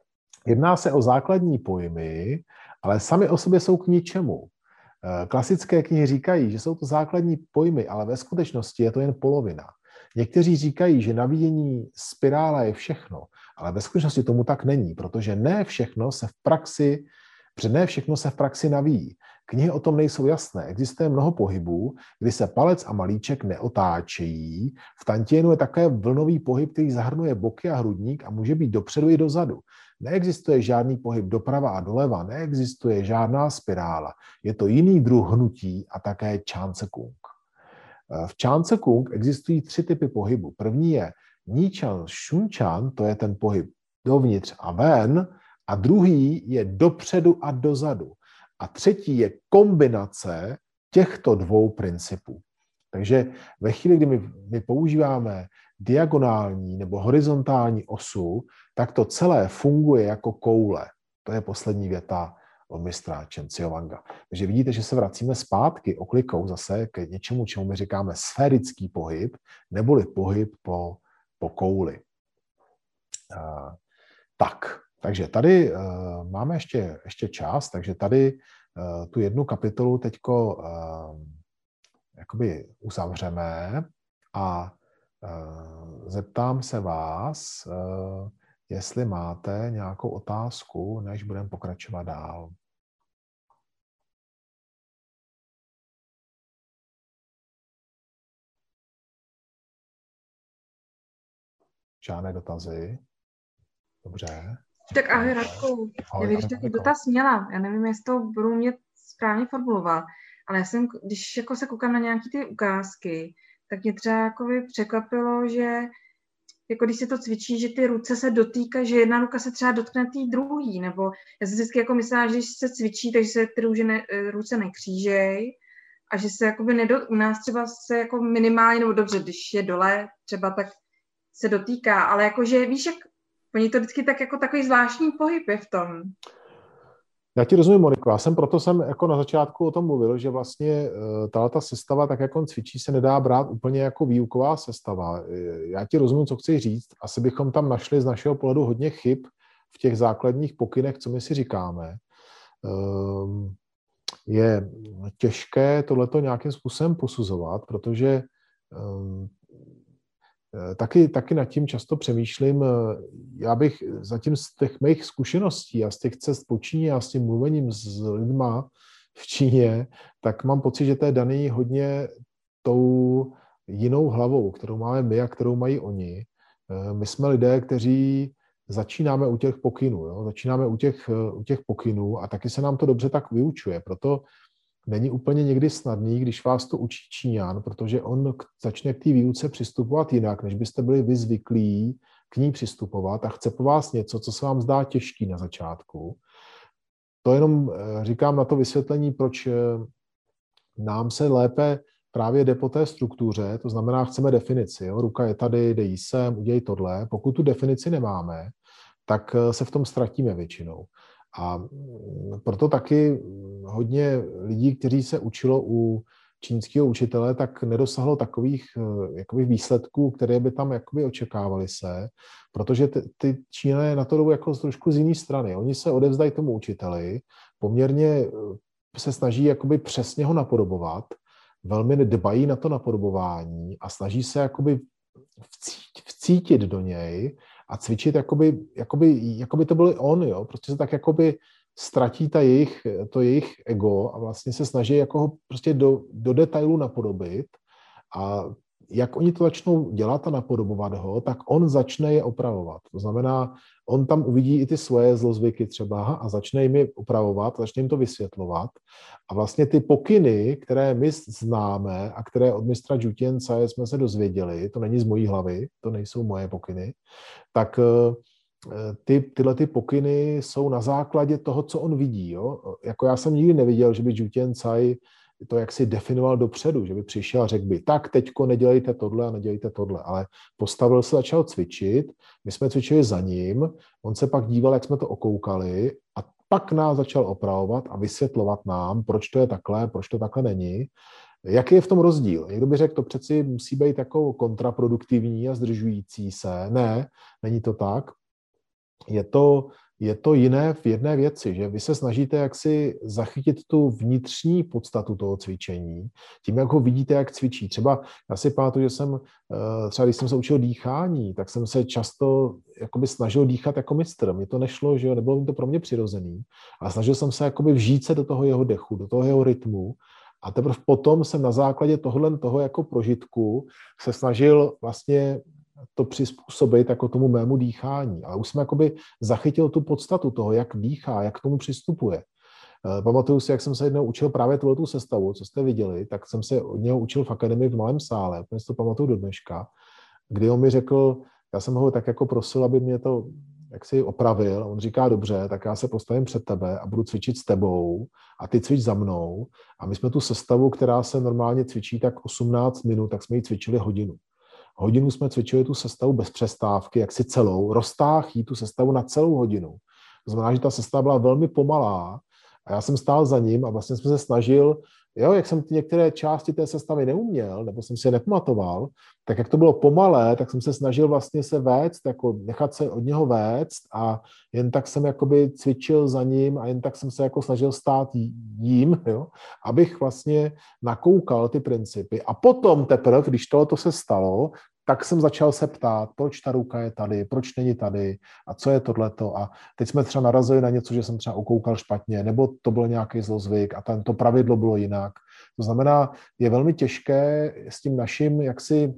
Jedná se o základní pojmy, ale sami o sobě jsou k ničemu. Klasické knihy říkají, že jsou to základní pojmy, ale ve skutečnosti je to jen polovina. Někteří říkají, že navíjení spirála je všechno, ale ve skutečnosti tomu tak není, protože ne všechno se v praxi, protože ne všechno se v praxi navíjí. Knihy o tom nejsou jasné. Existuje mnoho pohybů, kdy se palec a malíček neotáčejí. V tantienu je také vlnový pohyb, který zahrnuje boky a hrudník a může být dopředu i dozadu. Neexistuje žádný pohyb doprava a doleva, neexistuje žádná spirála. Je to jiný druh hnutí a také Chanse-kung. V Chanse-kung existují tři typy pohybu. První je Nichan Shunchan, to je ten pohyb dovnitř a ven, a druhý je dopředu a dozadu. A třetí je kombinace těchto dvou principů. Takže ve chvíli, kdy my, my používáme diagonální nebo horizontální osu, tak to celé funguje jako koule. To je poslední věta od mistra Chen Xiaowanga. Takže vidíte, že se vracíme zpátky oklikou zase k něčemu, čemu my říkáme sférický pohyb, neboli pohyb po, po kouli. Uh, tak, takže tady uh, máme ještě, ještě čas, takže tady uh, tu jednu kapitolu teďko uh, jakoby uzavřeme a uh, zeptám se vás, uh, jestli máte nějakou otázku, než budeme pokračovat dál. Žádné dotazy? Dobře. Tak ahoj, Radku. Já bych takový dotaz měla. Já nevím, jestli to budu mě správně formulovat, ale já jsem, když jako se koukám na nějaké ty ukázky, tak mě třeba jako by překvapilo, že jako když se to cvičí, že ty ruce se dotýkají, že jedna ruka se třeba dotkne té druhý, nebo já jsem vždycky jako myslela, že když se cvičí, takže se ty ruce, ne, ruce nekřížej a že se jakoby nedo, u nás třeba se jako minimálně, nebo dobře, když je dole třeba, tak se dotýká, ale jakože víš, jak oni to vždycky tak jako takový zvláštní pohyb je v tom. Já ti rozumím, Moniko. Já jsem proto jsem jako na začátku o tom mluvil, že vlastně tato sestava, tak jak on cvičí, se nedá brát úplně jako výuková sestava. Já ti rozumím, co chci říct. Asi bychom tam našli z našeho pohledu hodně chyb v těch základních pokynech, co my si říkáme. Je těžké tohleto nějakým způsobem posuzovat, protože Taky, taky nad tím často přemýšlím. Já bych zatím z těch mých zkušeností a z těch cest po Číně a s tím mluvením s lidma v Číně, tak mám pocit, že to je daný hodně tou jinou hlavou, kterou máme my a kterou mají oni. My jsme lidé, kteří začínáme u těch pokynů. Jo? Začínáme u těch, u těch pokynů a taky se nám to dobře tak vyučuje. Proto není úplně někdy snadný, když vás to učí Číňan, protože on začne k té výuce přistupovat jinak, než byste byli vy zvyklí k ní přistupovat a chce po vás něco, co se vám zdá těžký na začátku. To jenom říkám na to vysvětlení, proč nám se lépe právě jde po té struktuře, to znamená, chceme definici. Jo? Ruka je tady, dej sem, udělej tohle. Pokud tu definici nemáme, tak se v tom ztratíme většinou. A proto taky hodně lidí, kteří se učilo u čínského učitele, tak nedosáhlo takových jakoby výsledků, které by tam jakoby očekávali se, protože ty, ty Číňané na to jdou jako trošku z jiné strany. Oni se odevzdají tomu učiteli, poměrně se snaží jakoby přesně ho napodobovat, velmi dbají na to napodobování a snaží se jakoby vcítit do něj a cvičit, jakoby, jakoby, jakoby to byl on, jo, prostě se tak jakoby ztratí ta jejich, to jejich ego a vlastně se snaží jako ho prostě do, do detailu napodobit a jak oni to začnou dělat a napodobovat ho, tak on začne je opravovat. To znamená, on tam uvidí i ty svoje zlozvyky třeba a začne jim je opravovat, začne jim to vysvětlovat a vlastně ty pokyny, které my známe a které od mistra Jutience jsme se dozvěděli, to není z mojí hlavy, to nejsou moje pokyny, tak ty, tyhle ty pokyny jsou na základě toho, co on vidí. Jo? Jako já jsem nikdy neviděl, že by Jutience to jaksi definoval dopředu, že by přišel a řekl by, tak teďko nedělejte tohle a nedělejte tohle, ale postavil se, začal cvičit, my jsme cvičili za ním, on se pak díval, jak jsme to okoukali a pak nás začal opravovat a vysvětlovat nám, proč to je takhle, proč to takhle není. Jaký je v tom rozdíl? Někdo by řekl, to přeci musí být jako kontraproduktivní a zdržující se. Ne, není to tak. Je to je to jiné v jedné věci, že vy se snažíte jaksi zachytit tu vnitřní podstatu toho cvičení, tím, jak ho vidíte, jak cvičí. Třeba já si pamatuju, že jsem, třeba když jsem se učil dýchání, tak jsem se často jakoby snažil dýchat jako mistr. Mně to nešlo, že jo, nebylo mi to pro mě přirozený, ale snažil jsem se jakoby vžít se do toho jeho dechu, do toho jeho rytmu. A teprve potom jsem na základě tohle toho jako prožitku se snažil vlastně to přizpůsobit jako tomu mému dýchání. Ale už jsem jakoby zachytil tu podstatu toho, jak dýchá, jak k tomu přistupuje. Pamatuju si, jak jsem se jednou učil právě tuhletu sestavu, co jste viděli, tak jsem se od něho učil v akademii v malém sále, protože to pamatuju do dneška, kdy on mi řekl, já jsem ho tak jako prosil, aby mě to jaksi opravil. On říká, dobře, tak já se postavím před tebe a budu cvičit s tebou a ty cvič za mnou. A my jsme tu sestavu, která se normálně cvičí tak osmnáct minut, tak jsme ji cvičili hodinu. Hodinu jsme cvičili tu sestavu bez přestávky, jak si celou, roztáhl jí tu sestavu na celou hodinu. To znamená, že ta sestava byla velmi pomalá a já jsem stál za ním a vlastně jsem se snažil, jo, jak jsem ty některé části té sestavy neuměl, nebo jsem si je nepamatoval, tak jak to bylo pomalé, tak jsem se snažil vlastně se vést, jako nechat se od něho vést a jen tak jsem jakoby cvičil za ním a jen tak jsem se jako snažil stát jím, jo, abych vlastně nakoukal ty principy. A potom teprve, když tohleto se stalo, tak jsem začal se ptát, proč ta ruka je tady, proč není tady a co je tohleto. A teď jsme třeba narazili na něco, že jsem třeba ukoukal špatně, nebo to byl nějaký zlozvyk a tento pravidlo bylo jinak. To znamená, je velmi těžké s tím naším, jaksi,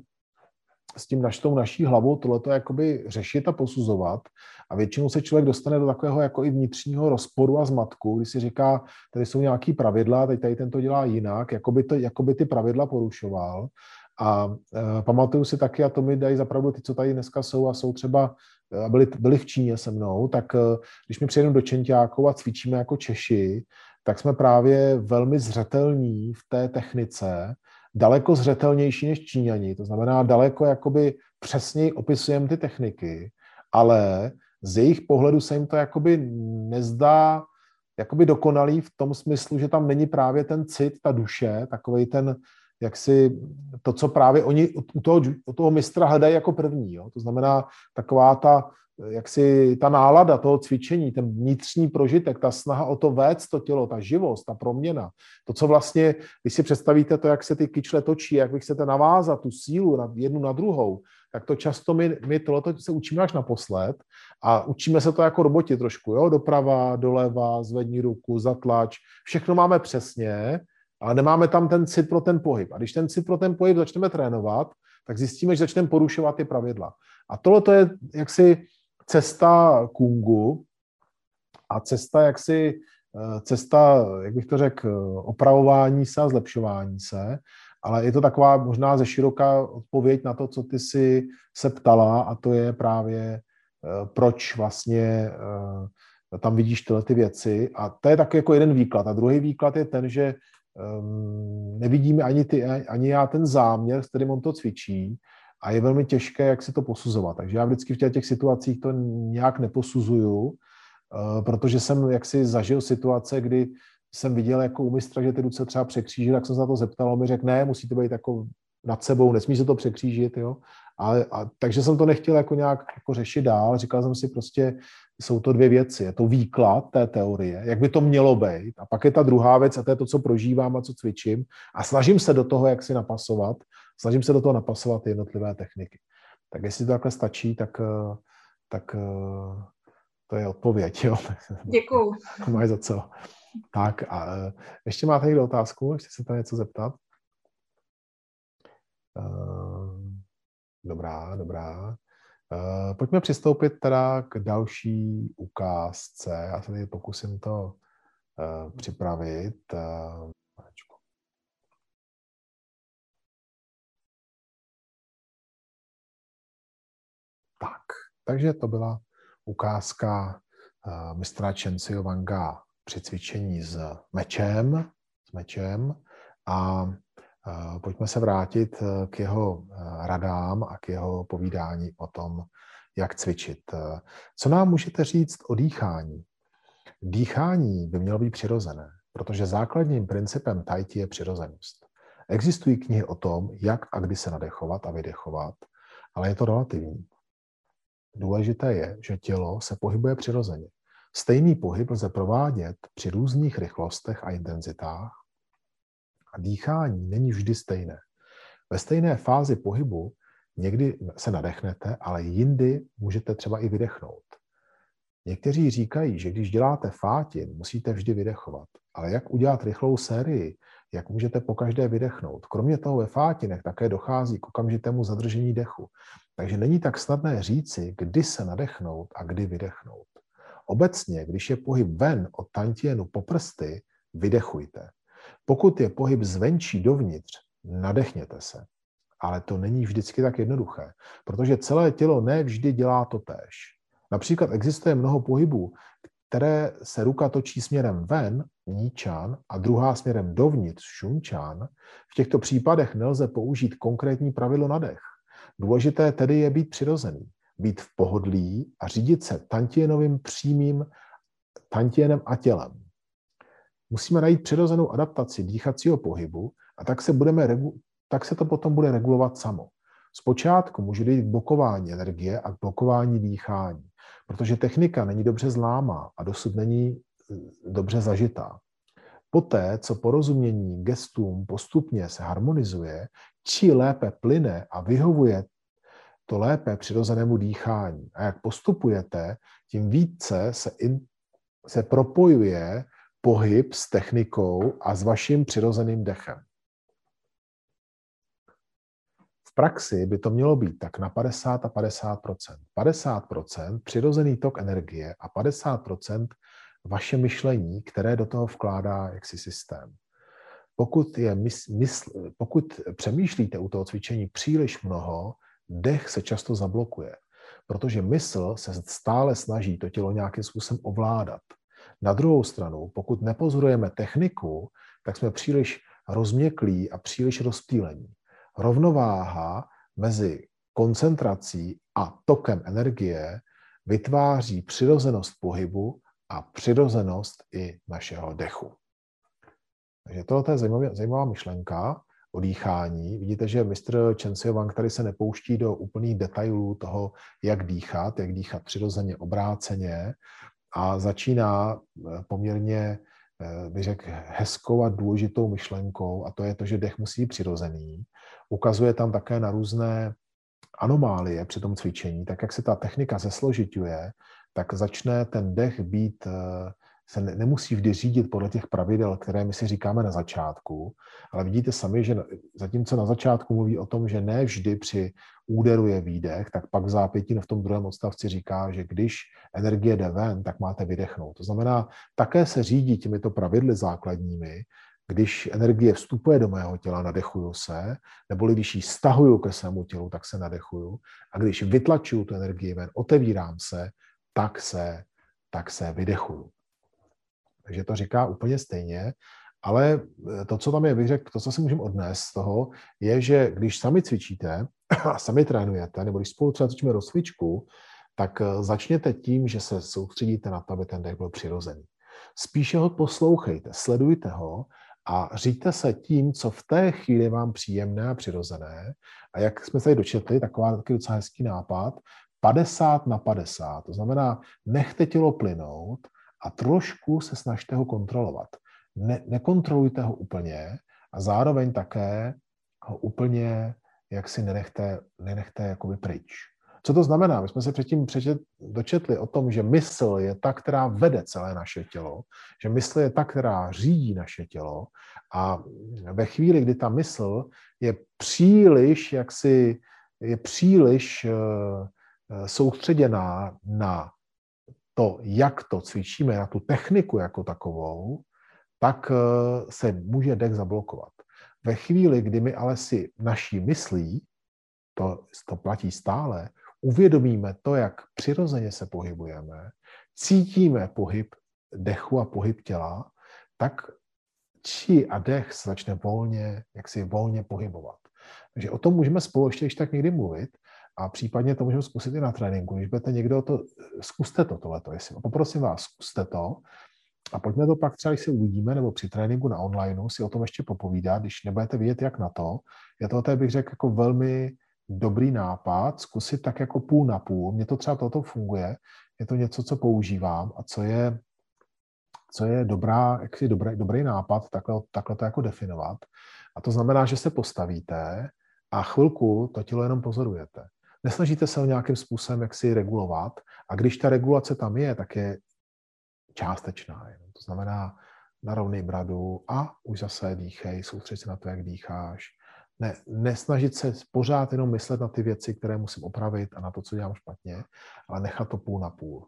s tím naš, tou naší hlavou tohleto jakoby řešit a posuzovat. A většinou se člověk dostane do takového jako i vnitřního rozporu a zmatku, kdy si říká, tady jsou nějaký pravidla, teď tady ten to dělá jinak, jakoby, to, jakoby ty pravidla porušoval. A e, pamatuju si taky, a to mi dají zapravdu ty, co tady dneska jsou a jsou třeba, a byli, byli v Číně se mnou, tak e, když my přijedeme do Čenťáků a cvičíme jako Češi, tak jsme právě velmi zřetelní v té technice, daleko zřetelnější než Číňani, to znamená daleko jakoby přesněji opisujeme ty techniky, ale z jejich pohledu se jim to jakoby nezdá jakoby dokonalý v tom smyslu, že tam není právě ten cit, ta duše, takovej ten jak si to, co právě oni u toho, u toho mistra hledají jako první. Jo? To znamená taková ta, jak si, ta nálada toho cvičení, ten vnitřní prožitek, ta snaha o to vést to tělo, ta živost, ta proměna. To, co vlastně, když si představíte to, jak se ty kyčle točí, jak vy chcete navázat tu sílu na jednu na druhou, tak to často my, my tohleto se učíme až naposled a učíme se to jako roboti trošku. Jo? Doprava, doleva, zvedni ruku, zatlač. Všechno máme přesně, ale nemáme tam ten cit pro ten pohyb. A když ten cit pro ten pohyb začneme trénovat, tak zjistíme, že začneme porušovat ty pravidla. A tohle to je jaksi cesta kungu a cesta jaksi, cesta, jak bych to řekl, opravování se a zlepšování se, ale je to taková možná ze široká odpověď na to, co ty si se ptala, a to je právě, proč vlastně tam vidíš tyhle ty věci. A to je taky jako jeden výklad. A druhý výklad je ten, že Um, nevidíme ani ty, ani já ten záměr, s kterým on to cvičí a je velmi těžké, jak si to posuzovat. Takže já vždycky v těch, těch situacích to nějak neposuzuju, uh, protože jsem jaksi zažil situace, kdy jsem viděl jako u mistra, že ty ruce třeba překřížil, tak jsem se na to zeptal, on mi řekl, ne, musí to být jako nad sebou, nesmí se to překřížit, jo. A, a, takže jsem to nechtěl jako nějak jako řešit dál, říkal jsem si prostě, jsou to dvě věci. Je to výklad té teorie, jak by to mělo být. A pak je ta druhá věc, a to je to, co prožívám a co cvičím. A snažím se do toho, jak si napasovat, snažím se do toho napasovat jednotlivé techniky. Tak jestli to takhle stačí, tak, tak to je odpověď. Jo? Děkuju. Máš za co. Tak a ještě máte někdo otázku? Ještě se tam něco zeptat? Dobrá, dobrá. Uh, pojďme přistoupit teda k další ukázce. Já se tady pokusím to uh, připravit. Uh, tak, takže to byla ukázka uh, mistra Chen Xiu-Wanga při cvičení s mečem, s mečem a uh, pojďme se vrátit k jeho radám a k jeho povídání o tom, jak cvičit. Co nám můžete říct o dýchání? Dýchání by mělo být přirozené, protože základním principem tai chi je přirozenost. Existují knihy o tom, jak a kdy se nadechovat a vydechovat, ale je to relativní. Důležité je, že tělo se pohybuje přirozeně. Stejný pohyb lze provádět při různých rychlostech a intenzitách a dýchání není vždy stejné. Ve stejné fázi pohybu někdy se nadechnete, ale jindy můžete třeba i vydechnout. Někteří říkají, že když děláte fátin, musíte vždy vydechovat. Ale jak udělat rychlou sérii? Jak můžete pokaždé vydechnout? Kromě toho ve fátinech také dochází k okamžitému zadržení dechu. Takže není tak snadné říci, kdy se nadechnout a kdy vydechnout. Obecně, když je pohyb ven od tantienu po prsty, vydechujte. Pokud je pohyb zvenčí dovnitř, nadechněte se. Ale to není vždycky tak jednoduché, protože celé tělo ne vždy dělá to též. Například existuje mnoho pohybů, které se ruka točí směrem ven, níčan, a druhá směrem dovnitř, šunčan. V těchto případech nelze použít konkrétní pravidlo na dech. Důležité tedy je být přirozený, být v pohodlí a řídit se tantienovým přímým tantienem a tělem. Musíme najít přirozenou adaptaci dýchacího pohybu a tak se, budeme regu- tak se to potom bude regulovat samo. Zpočátku může dojít k blokování energie a k blokování dýchání, protože technika není dobře známá a dosud není dobře zažitá. Poté, co porozumění gestům postupně se harmonizuje, či lépe plyne a vyhovuje to lépe přirozenému dýchání. A jak postupujete, tím více se, in, se propojuje pohyb s technikou a s vaším přirozeným dechem. V praxi by to mělo být tak na padesát a padesát procent. padesát procent přirozený tok energie a padesát procent vaše myšlení, které do toho vkládá jaksi systém. Pokud, je mysl, pokud přemýšlíte u toho cvičení příliš mnoho, dech se často zablokuje, protože mysl se stále snaží to tělo nějakým způsobem ovládat. Na druhou stranu, pokud nepozorujeme techniku, tak jsme příliš rozměklí a příliš rozptýlení. Rovnováha mezi koncentrací a tokem energie vytváří přirozenost pohybu a přirozenost i našeho dechu. Takže tohle je zajímavá, zajímavá myšlenka o dýchání. Vidíte, že mistr Chen Sio-wang tady se nepouští do úplných detailů toho, jak dýchat, jak dýchat přirozeně, obráceně a začíná poměrně, bych řekl, hezkou a důležitou myšlenkou a to je to, že dech musí být přirozený. Ukazuje tam také na různé anomálie při tom cvičení, tak jak se ta technika zesložituje, tak začne ten dech být, se nemusí vždy řídit podle těch pravidel, které my si říkáme na začátku, ale vidíte sami, že zatímco na začátku mluví o tom, že ne vždy při úderu je výdech, tak pak v zápětí v tom druhém odstavci říká, že když energie jde ven, tak máte vydechnout. To znamená, také se řídí těmito pravidly základními, když energie vstupuje do mého těla, nadechuju se, nebo když ji stahuju ke svému tělu, tak se nadechuju, a když vytlačuju tu energii ven, otevírám se, tak se, tak se vydechuju. Takže to říká úplně stejně, ale to, co tam je, bych řekl, to, co si můžeme odnést z toho, je, že když sami cvičíte a sami trénujete, nebo když spolu třeba cvičíme rozcvičku, tak začněte tím, že se soustředíte na to, aby ten dech byl přirozený. Spíše ho poslouchejte, sledujte ho a říďte se tím, co v té chvíli vám příjemné a přirozené. A jak jsme tady dočetli, taková taky docela hezký nápad, padesát na padesát. To znamená, nechte tělo plynout a trošku se snažte ho kontrolovat. Ne, nekontrolujte ho úplně a zároveň také ho úplně jaksi nenechte, nenechte jakoby pryč. Co to znamená? My jsme se předtím přečet, dočetli o tom, že mysl je ta, která vede celé naše tělo, že mysl je ta, která řídí naše tělo a ve chvíli, kdy ta mysl je příliš, jaksi, je příliš uh, soustředěná na to, jak to cvičíme, na tu techniku jako takovou, tak se může dech zablokovat. Ve chvíli, kdy my ale si naší myslí, to, to platí stále, uvědomíme to, jak přirozeně se pohybujeme, cítíme pohyb dechu a pohyb těla, tak či a dech se začne volně, jak si volně pohybovat. Takže o tom můžeme spolu ještě, ještě tak někdy mluvit, a případně to můžeme zkusit i na tréninku. Když budete někdo to, zkuste to tohleto, jestli poprosím vás, zkuste to a pojďme to pak třeba, když se uvidíme, nebo při tréninku na onlineu si o tom ještě popovídat, když nebudete vědět, jak na to. Je to, bych řekl, jako velmi dobrý nápad, zkusit tak jako půl na půl. Mně to třeba toto funguje, je to něco, co používám a co je, co je dobrá, jaksi dobrý, dobrý nápad, takhle, takhle to jako definovat. A to znamená, že se postavíte a chvilku to tělo jenom pozorujete. Nesnažíte se ho nějakým způsobem jaksi regulovat a když ta regulace tam je, tak je částečná. To znamená, narovnej bradu a už zase dýchej, soustřeď se na to, jak dýcháš. Ne, nesnažit se pořád jenom myslet na ty věci, které musím opravit a na to, co dělám špatně, ale nechat to půl na půl.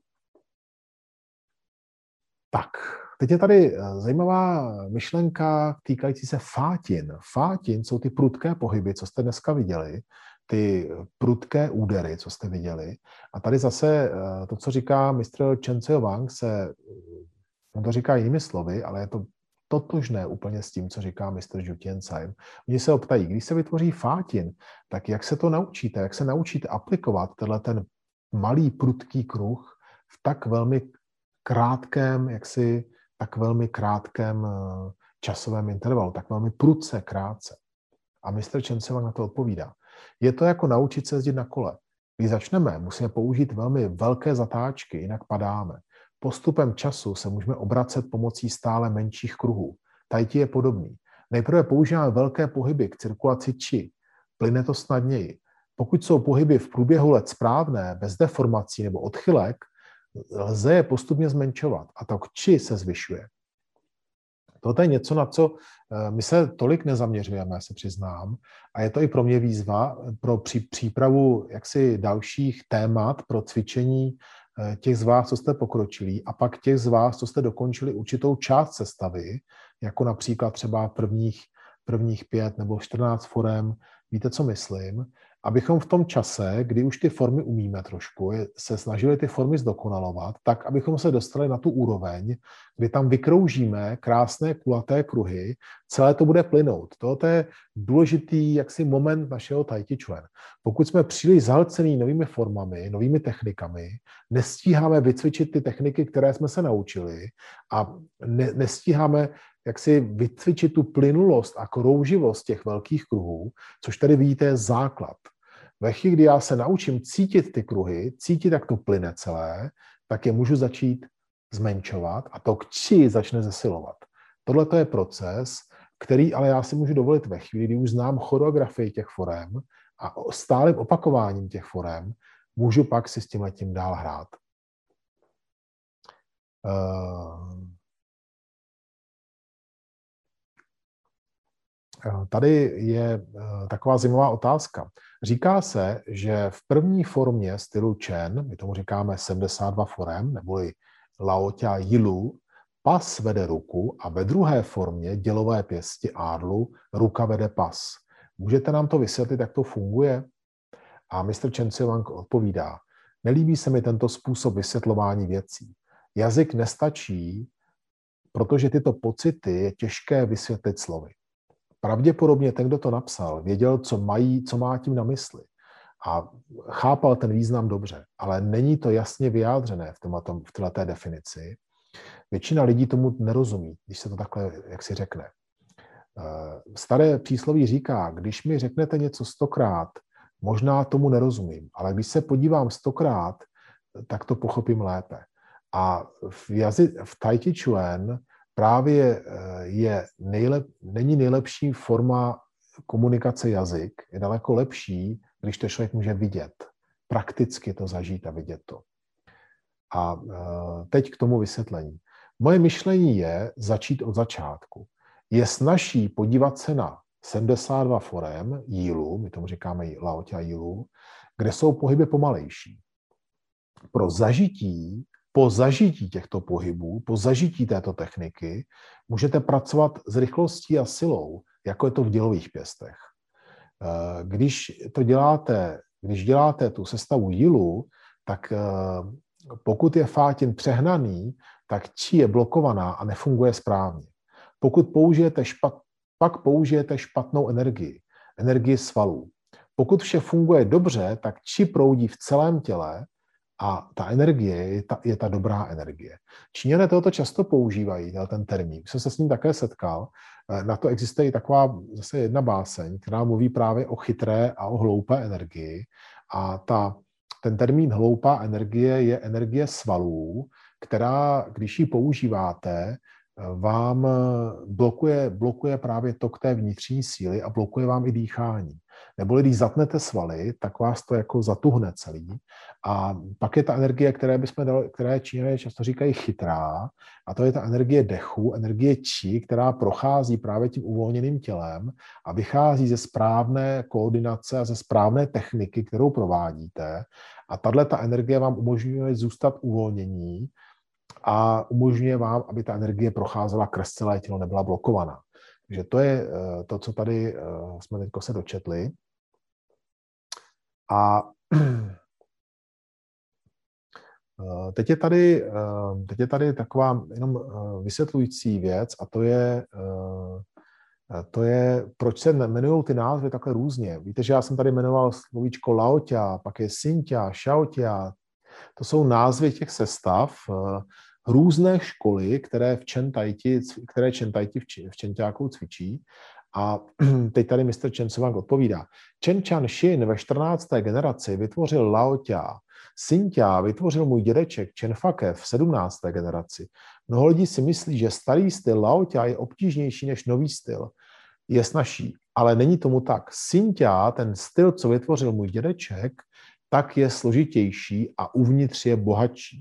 Tak, teď je tady zajímavá myšlenka týkající se fátin. Fátin jsou ty prudké pohyby, co jste dneska viděli, ty prudké údery, co jste viděli. A tady zase to, co říká mistr Chen Tse Wang, se, on to říká jinými slovy, ale je to totožné úplně s tím, co říká mistr Zhu Tianzai. Oni se optají, když se vytvoří fátin, tak jak se to naučíte, jak se naučíte aplikovat tenhle ten malý prudký kruh v tak velmi krátkém, jaksi tak velmi krátkém časovém intervalu, tak velmi prudce krátce. A mistr Chen Tse Wang na to odpovídá. Je to jako naučit se jezdit na kole. Když začneme, musíme použít velmi velké zatáčky, jinak padáme. Postupem času se můžeme obracet pomocí stále menších kruhů. Tai chi je podobný. Nejprve používáme velké pohyby k cirkulaci chi. Plyne to snadněji. Pokud jsou pohyby v průběhu let správné, bez deformací nebo odchylek, lze je postupně zmenšovat a tak chi se zvyšuje. To je něco, na co my se tolik nezaměřujeme, se přiznám. A je to i pro mě výzva pro přípravu jaksi dalších témat pro cvičení těch z vás, co jste pokročili, a pak těch z vás, co jste dokončili určitou část sestavy, jako například třeba prvních, prvních pět nebo čtrnáct forem, víte, co myslím, abychom v tom čase, kdy už ty formy umíme trošku, se snažili ty formy zdokonalovat, tak, abychom se dostali na tu úroveň, kdy tam vykroužíme krásné kulaté kruhy, celé to bude plynout. To je důležitý jaksi moment našeho Tai Chi Chuan. Pokud jsme příliš zahlcený novými formami, novými technikami, nestíháme vycvičit ty techniky, které jsme se naučili a ne, nestíháme jak si vycvičit tu plynulost a krouživost těch velkých kruhů, což tady vidíte je základ. Ve chvíli, kdy já se naučím cítit ty kruhy, cítit, jak to plyne celé, tak je můžu začít zmenšovat a to chi začne zesilovat. Tohle to je proces, který ale já si můžu dovolit ve chvíli, kdy už znám choreografii těch forem a stálým opakováním těch forem můžu pak si s tímhletím dál hrát. Uh... Tady je taková zajímavá otázka. Říká se, že v první formě stylu Chen, my tomu říkáme sedmdesát dva forem, neboli Lao Tia Yilu, pas vede ruku a ve druhé formě dělové pěsti Ádlu ruka vede pas. Můžete nám to vysvětlit, jak to funguje? A mistr Chen Tse Wang odpovídá, nelíbí se mi tento způsob vysvětlování věcí. Jazyk nestačí, protože tyto pocity je těžké vysvětlit slovy. Pravděpodobně ten, kdo to napsal, věděl, co, mají, co má tím na mysli a chápal ten význam dobře, ale není to jasně vyjádřené v, tomhle, v této definici. Většina lidí tomu nerozumí, když se to takhle, jak si řekne. Staré přísloví říká, když mi řeknete něco stokrát, možná tomu nerozumím, ale když se podívám stokrát, tak to pochopím lépe. A v, jazy, v Tai Chi Chuan právě je nejlep, není nejlepší forma komunikace jazyk, je daleko lepší, když to člověk může vidět, prakticky to zažít a vidět to. A teď k tomu vysvětlení. Moje myšlení je začít od začátku. Je snazší podívat se na sedmdesát dva forem Yilu, my tomu říkáme Lao Tia Yilu, kde jsou pohyby pomalejší. Pro zažití Po zažití těchto pohybů, po zažití této techniky, můžete pracovat s rychlostí a silou, jako je to v dělových pěstech. Když to děláte, když děláte tu sestavu Yilu, tak pokud je fátin přehnaný, tak chi je blokovaná a nefunguje správně. Pokud použijete špat, pak použijete špatnou energii, energii svalů. Pokud vše funguje dobře, tak chi proudí v celém těle, a ta energie je ta, je ta dobrá energie. Číňané tohoto často používají, ten termín. Jsem se s ním také setkal. Na to existuje i taková zase jedna báseň, která mluví právě o chytré a o hloupé energii. A ta, ten termín hloupá energie je energie svalů, která, když ji používáte, vám blokuje, blokuje právě tok té vnitřní síly a blokuje vám i dýchání. Nebo když zatnete svaly, tak vás to jako zatuhne celý. A pak je ta energie, které bychom dali, které Číňané často říkají chytrá, a to je ta energie dechu, energie či, která prochází právě tím uvolněným tělem a vychází ze správné koordinace a ze správné techniky, kterou provádíte. A tato energie vám umožňuje zůstat uvolnění a umožňuje vám, aby ta energie procházela skrz celé tělo, nebyla blokovaná. Takže to je to, co tady jsme teď se dočetli. A teď je tady, teď je tady taková jenom vysvětlující věc, a to je, to je, proč se jmenují ty názvy takhle různě. Víte, že já jsem tady jmenoval slovíčko Laotia, pak je Sintia, Shaotia. To jsou názvy těch sestav, různé školy, které v Chen Taiti, které Chen Taiti v Čenťáku cvičí. A teď tady mistr Chen Suvang odpovídá. Chen Chan Xin ve čtrnácté generaci vytvořil Laotia. Sintia vytvořil můj dědeček Chen Fake v sedmnácté generaci. Mnoho lidí si myslí, že starý styl Laotia je obtížnější než nový styl. Je snazší, ale není tomu tak. Sintia, ten styl, co vytvořil můj dědeček, tak je složitější a uvnitř je bohatší.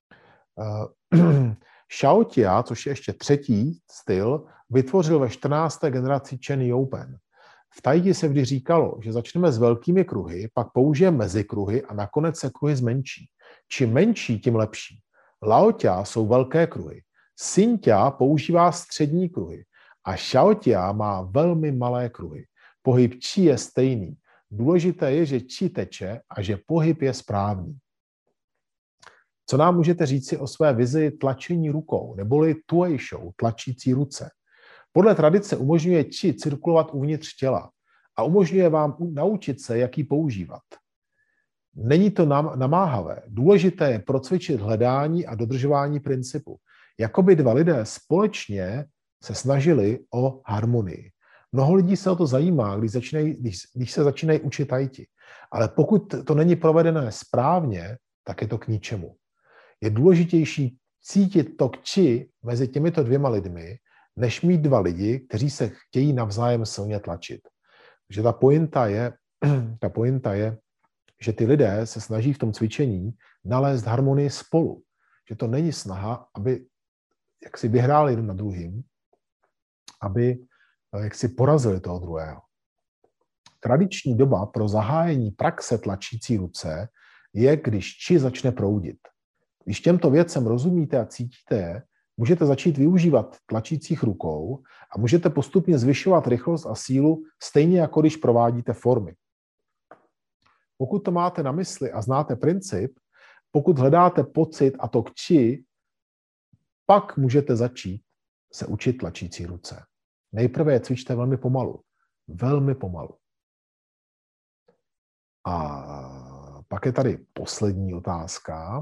Shaotia, což je ještě třetí styl, vytvořil ve čtrnácté generaci Chen Youpen. V Taiti se vždy říkalo, že začneme s velkými kruhy, pak použijeme mezikruhy a nakonec se kruhy zmenší. Čím menší, tím lepší. Laotia jsou velké kruhy. Sintia používá střední kruhy a Shaotia má velmi malé kruhy. Pohyb Qi je stejný. Důležité je, že Qi teče a že pohyb je správný. Co nám můžete říci o své vizi tlačení rukou, neboli Tuei Shou, tlačící ruce? Podle tradice umožňuje Qi cirkulovat uvnitř těla a umožňuje vám naučit se, jak ji používat. Není to namáhavé. Důležité je procvičit hledání a dodržování principu. Jakoby dva lidé společně se snažili o harmonii. Mnoho lidí se o to zajímá, když, začínají, když, když se začínají učit Taiti. Ale pokud to není provedené správně, tak je to k ničemu. Je důležitější cítit tok Qi mezi těmito dvěma lidmi, než mít dva lidi, kteří se chtějí navzájem silně tlačit. Takže ta pointa je, ta pointa je, že ty lidé se snaží v tom cvičení nalézt harmonii spolu. Že to není snaha, aby jak si vyhráli jeden na druhým, aby jak si porazili toho druhého. Tradiční doba pro zahájení praxe tlačící ruce je, když Qi začne proudit. Když těmto věcem rozumíte a cítíte je, můžete začít využívat tlačících rukou a můžete postupně zvyšovat rychlost a sílu, stejně jako když provádíte formy. Pokud to máte na mysli a znáte princip, pokud hledáte pocit a tok Qi, pak můžete začít se učit tlačící ruce. Nejprve je cvičte velmi pomalu. Velmi pomalu. A pak je tady poslední otázka.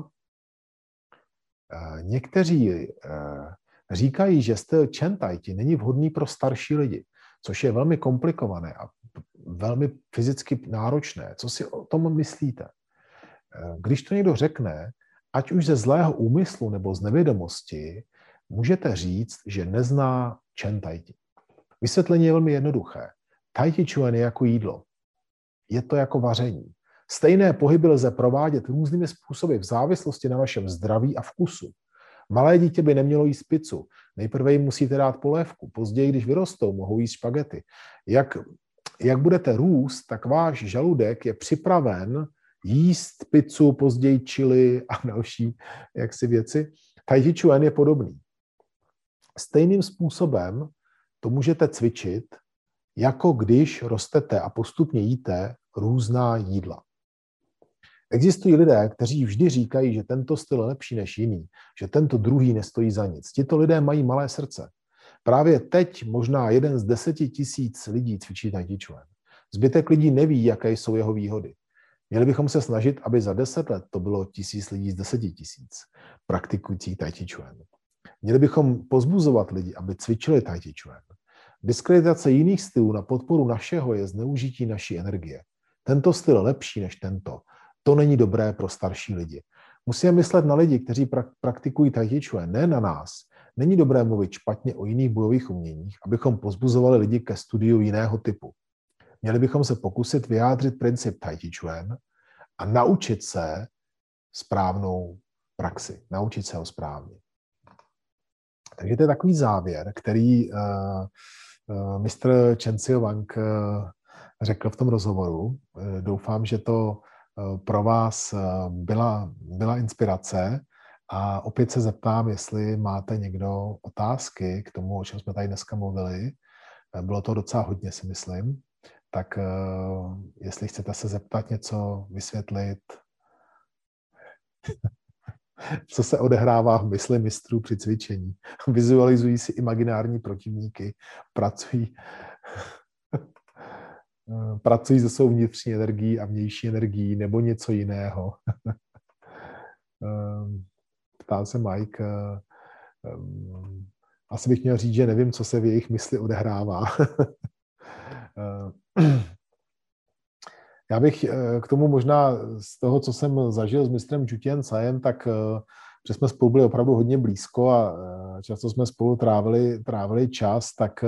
Někteří říkají, že styl Chen Taiti není vhodný pro starší lidi, což je velmi komplikované a velmi fyzicky náročné. Co si o tom myslíte? Když to někdo řekne, ať už ze zlého úmyslu nebo z nevědomosti, můžete říct, že nezná Chen Taiti. Vysvětlení je velmi jednoduché. Tai Chi Chuan je jako jídlo. Je to jako vaření. Stejné pohyby lze provádět různými způsoby v závislosti na vašem zdraví a vkusu. Malé dítě by nemělo jíst pizzu. Nejprve jim musíte dát polévku. Později, když vyrostou, mohou jíst špagety. Jak, jak budete růst, tak váš žaludek je připraven jíst pizzu, později chili a další jaksi věci. Tai Chi Chuan je podobný. Stejným způsobem to můžete cvičit, jako když rostete a postupně jíte různá jídla. Existují lidé, kteří vždy říkají, že tento styl je lepší než jiný, že tento druhý nestojí za nic. Tito lidé mají malé srdce. Právě teď možná jeden z deseti tisíc lidí cvičí Tai Chi Chuan. Zbytek lidí neví, jaké jsou jeho výhody. Měli bychom se snažit, aby za deset let to bylo tisíc lidí z deseti tisíc praktikující Tai Chi Chuan. Měli bychom pozbuzovat lidi, aby cvičili Tai Chi Chuan. Diskreditace jiných stylů na podporu našeho je zneužití naší energie. Tento styl je lepší než tento. to není dobré pro starší lidi. Musíme myslet na lidi, kteří pra- praktikují tai chi chuan, ne na nás. Není dobré mluvit špatně o jiných bojových uměních, abychom pozbuzovali lidi ke studiu jiného typu. Měli bychom se pokusit vyjádřit princip tai chi chuan a naučit se správnou praxi, naučit se ho správně. Takže to je takový závěr, který uh, uh, mistr Chen Sio Wang uh, řekl v tom rozhovoru. Uh, doufám, že to uh, pro vás uh, byla, byla inspirace a opět se zeptám, jestli máte někdo otázky k tomu, o čem jsme tady dneska mluvili. Uh, bylo to docela hodně, si myslím. Tak uh, jestli chcete se zeptat něco, vysvětlit, co se odehrává v mysli mistrů při cvičení. Vizualizují si imaginární protivníky, pracují, pracují se svou vnitřní energií a vnější energií nebo něco jiného. Ptá se Mike. Asi bych měl říct, že nevím, co se v jejich mysli odehrává. Já bych k tomu možná z toho, co jsem zažil s mistrem Jutian Tsajem, tak že jsme spolu byli opravdu hodně blízko a často jsme spolu trávili, trávili čas, tak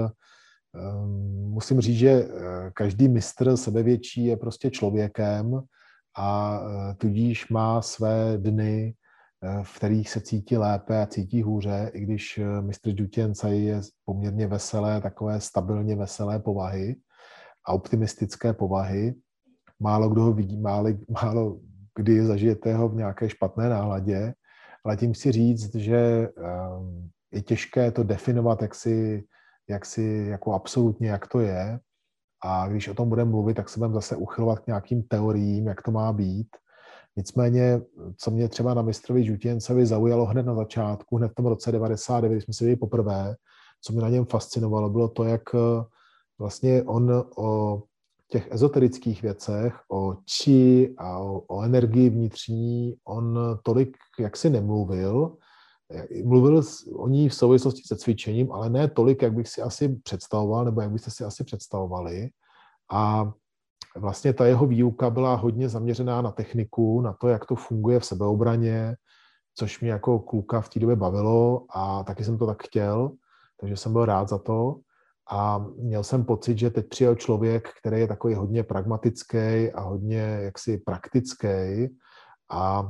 musím říct, že každý mistr sebevětší je prostě člověkem a tudíž má své dny, v kterých se cítí lépe a cítí hůře, i když mistr Jutian Tsai je poměrně veselé, takové stabilně veselé povahy a optimistické povahy. Málo kdo ho vidí, málo, málo kdy zažijete ho v nějaké špatné náladě, ale tím chci říct, že um, je těžké to definovat jaksi, jaksi jako absolutně, jak to je. A když o tom budeme mluvit, tak se budeme zase uchylovat k nějakým teoriím, jak to má být. Nicméně, co mě třeba na mistrovi Jutian Tsaji zaujalo hned na začátku, hned v tom roce devadesát devět, když jsme se viděli poprvé, co mě na něm fascinovalo, bylo to, jak vlastně on o těch ezoterických věcech, o chi a o, o energii vnitřní, on tolik jaksi nemluvil. Mluvil o ní v souvislosti se cvičením, ale ne tolik, jak bych si asi představoval, nebo jak byste si asi představovali. A vlastně ta jeho výuka byla hodně zaměřená na techniku, na to, jak to funguje v sebeobraně, což mě jako kluka v té době bavilo a taky jsem to tak chtěl, takže jsem byl rád za to. A měl jsem pocit, že teď přijel člověk, který je takový hodně pragmatický a hodně jaksi praktický. A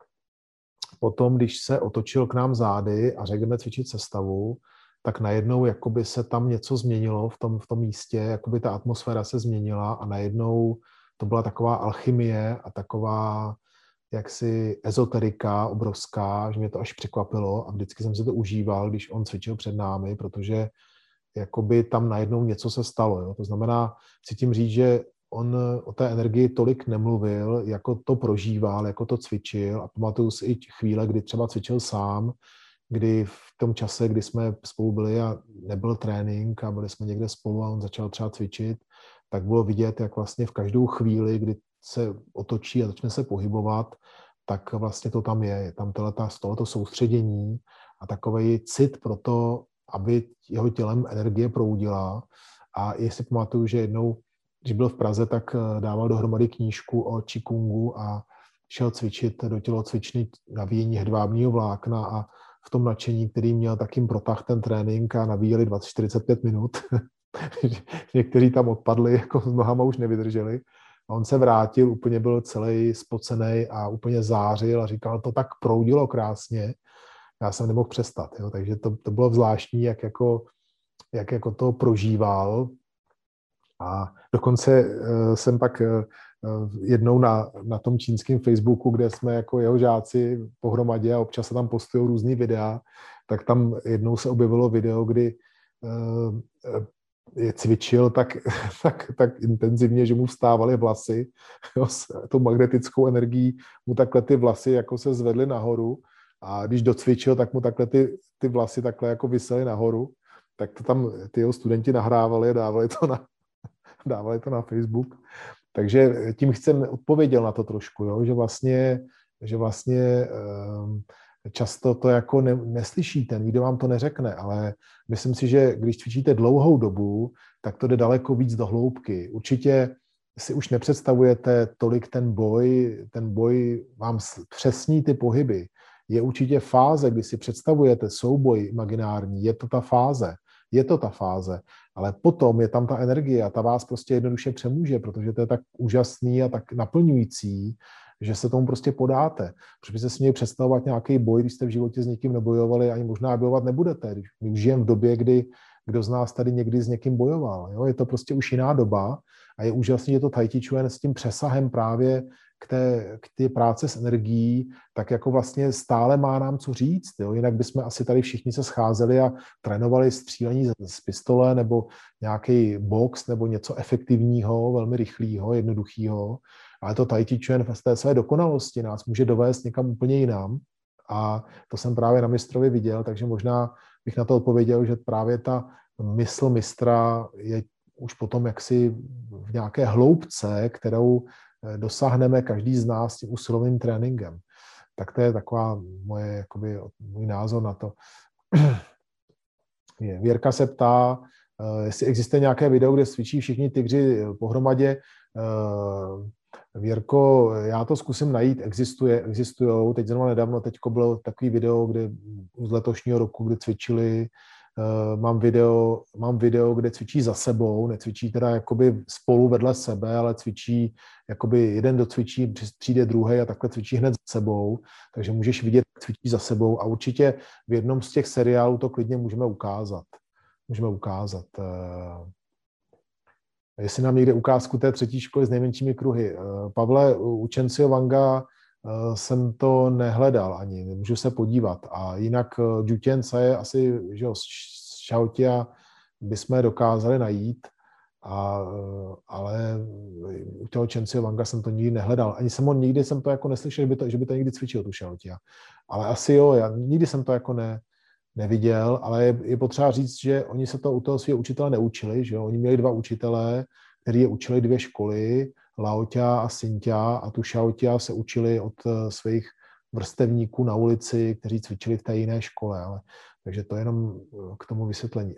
potom, když se otočil k nám zády a řekl, jdeme cvičit sestavu, tak najednou jakoby se tam něco změnilo v tom, v tom místě, jakoby ta atmosféra se změnila a najednou to byla taková alchymie a taková jaksi ezoterika obrovská, že mě to až překvapilo a vždycky jsem si to užíval, když on cvičil před námi, protože jakoby tam najednou něco se stalo. Jo? To znamená, chci tím říct, že on o té energii tolik nemluvil, jako to prožíval, jako to cvičil a pamatuju si i chvíle, kdy třeba cvičil sám, kdy v tom čase, kdy jsme spolu byli a nebyl trénink a byli jsme někde spolu a on začal třeba cvičit, tak bylo vidět, jak vlastně v každou chvíli, kdy se otočí a začne se pohybovat, tak vlastně to tam je. Je tam tohleto, tohleto soustředění a takovej cit pro to, aby jeho tělem energie proudila. A jestli pamatuju, že jednou, když byl v Praze, tak dával dohromady knížku o Qigongu a šel cvičit do tělocvičny navíjení hedvábního vlákna a v tom nadšení, který měl, tak jim protáhl ten trénink a navíjeli dvacet čtyřicet pět minut. Někteří tam odpadli, jako s nohama už nevydrželi. A on se vrátil, úplně byl celý spocený a úplně zářil a říkal, to tak proudilo krásně. Já jsem nemohl přestat. Jo? Takže to, to bylo zvláštní, jak jako, jak jako to prožíval. A dokonce uh, jsem pak uh, jednou na, na tom čínském Facebooku, kde jsme jako jeho žáci pohromadě a občas se tam postují různý videa, tak tam jednou se objevilo video, kdy uh, je cvičil tak, tak, tak intenzivně, že mu vstávaly vlasy. Jo, s tou magnetickou energií mu takhle ty vlasy jako se zvedly nahoru a když docvičil, tak mu takhle ty, ty vlasy takhle jako visely nahoru. Tak to tam ty jeho studenti nahrávali a dávali to na, dávali to na Facebook. Takže tím jsem odpověděl na to trošku, jo, že vlastně, že vlastně um, často to jako ne, neslyšíte, nikdo vám to neřekne, ale myslím si, že když cvičíte dlouhou dobu, tak to jde daleko víc do hloubky. Určitě si už nepředstavujete tolik ten boj, ten boj vám přesní ty pohyby. Je určitě fáze, kdy si představujete souboj imaginární, je to ta fáze, je to ta fáze, ale potom je tam ta energie a ta vás prostě jednoduše přemůže, protože to je tak úžasný a tak naplňující, že se tomu prostě podáte. Protože byste si měli představovat nějaký boj, když jste v životě s někým nebojovali, ani možná bojovat nebudete. My už žijeme v době, kdy kdo z nás tady někdy s někým bojoval. Jo? Je to prostě už jiná doba a je úžasný, že to Tai Chi Chuan s tím přesahem právě k té, k té práce s energií, tak jako vlastně stále má nám co říct. Jo? Jinak bychom asi tady všichni se scházeli a trénovali střílení z, z pistole nebo nějaký box nebo něco efektivního, velmi rychlého, jednoduchého. Ale to Tai Chi Chuan v té své dokonalosti nás může dovést někam úplně jinam. A to jsem právě na mistrově viděl, takže možná bych na to odpověděl, že právě ta mysl mistra je už potom jaksi v nějaké hloubce, kterou dosáhneme každý z nás tím usilovným tréninkem. Tak to je taková moje, jakoby, můj názor na to. Věrka se ptá, jestli existuje nějaké video, kde cvičí všichni tygři pohromadě. Věrko, já to zkusím najít, existuje, existujou. Teď zrovna nedávno, teďko bylo takový video, kde z letošního roku, kde cvičili. Mám video, mám video, kde cvičí za sebou, necvičí teda jakoby spolu vedle sebe, ale cvičí, jakoby jeden docvičí, přijde druhý a takhle cvičí hned za sebou, takže můžeš vidět, cvičí za sebou a určitě v jednom z těch seriálů to klidně můžeme ukázat. Můžeme ukázat. Jestli nám někde ukázku té třetí školy s nejmenšími kruhy. Pavle, u Čencio Wanga jsem to nehledal ani, můžu se podívat. A jinak Jutian je asi, že jo, z Šautia bychom dokázali najít, a, ale u toho Čencio Wanga jsem to nikdy nehledal. Ani jsem ho nikdy jsem to jako neslyšel, že by to, že by to někdy cvičil, tu Šautia. Ale asi jo, já nikdy jsem to jako ne, neviděl, ale je, je potřeba říct, že oni se to u toho svého učitele neučili, že jo? Oni měli dva učitele, kteří je učili dvě školy, Laotia a Sintia, a tu Šautia se učili od svých vrstevníků na ulici, kteří cvičili v té jiné škole. Ale, takže to je jenom k tomu vysvětlení.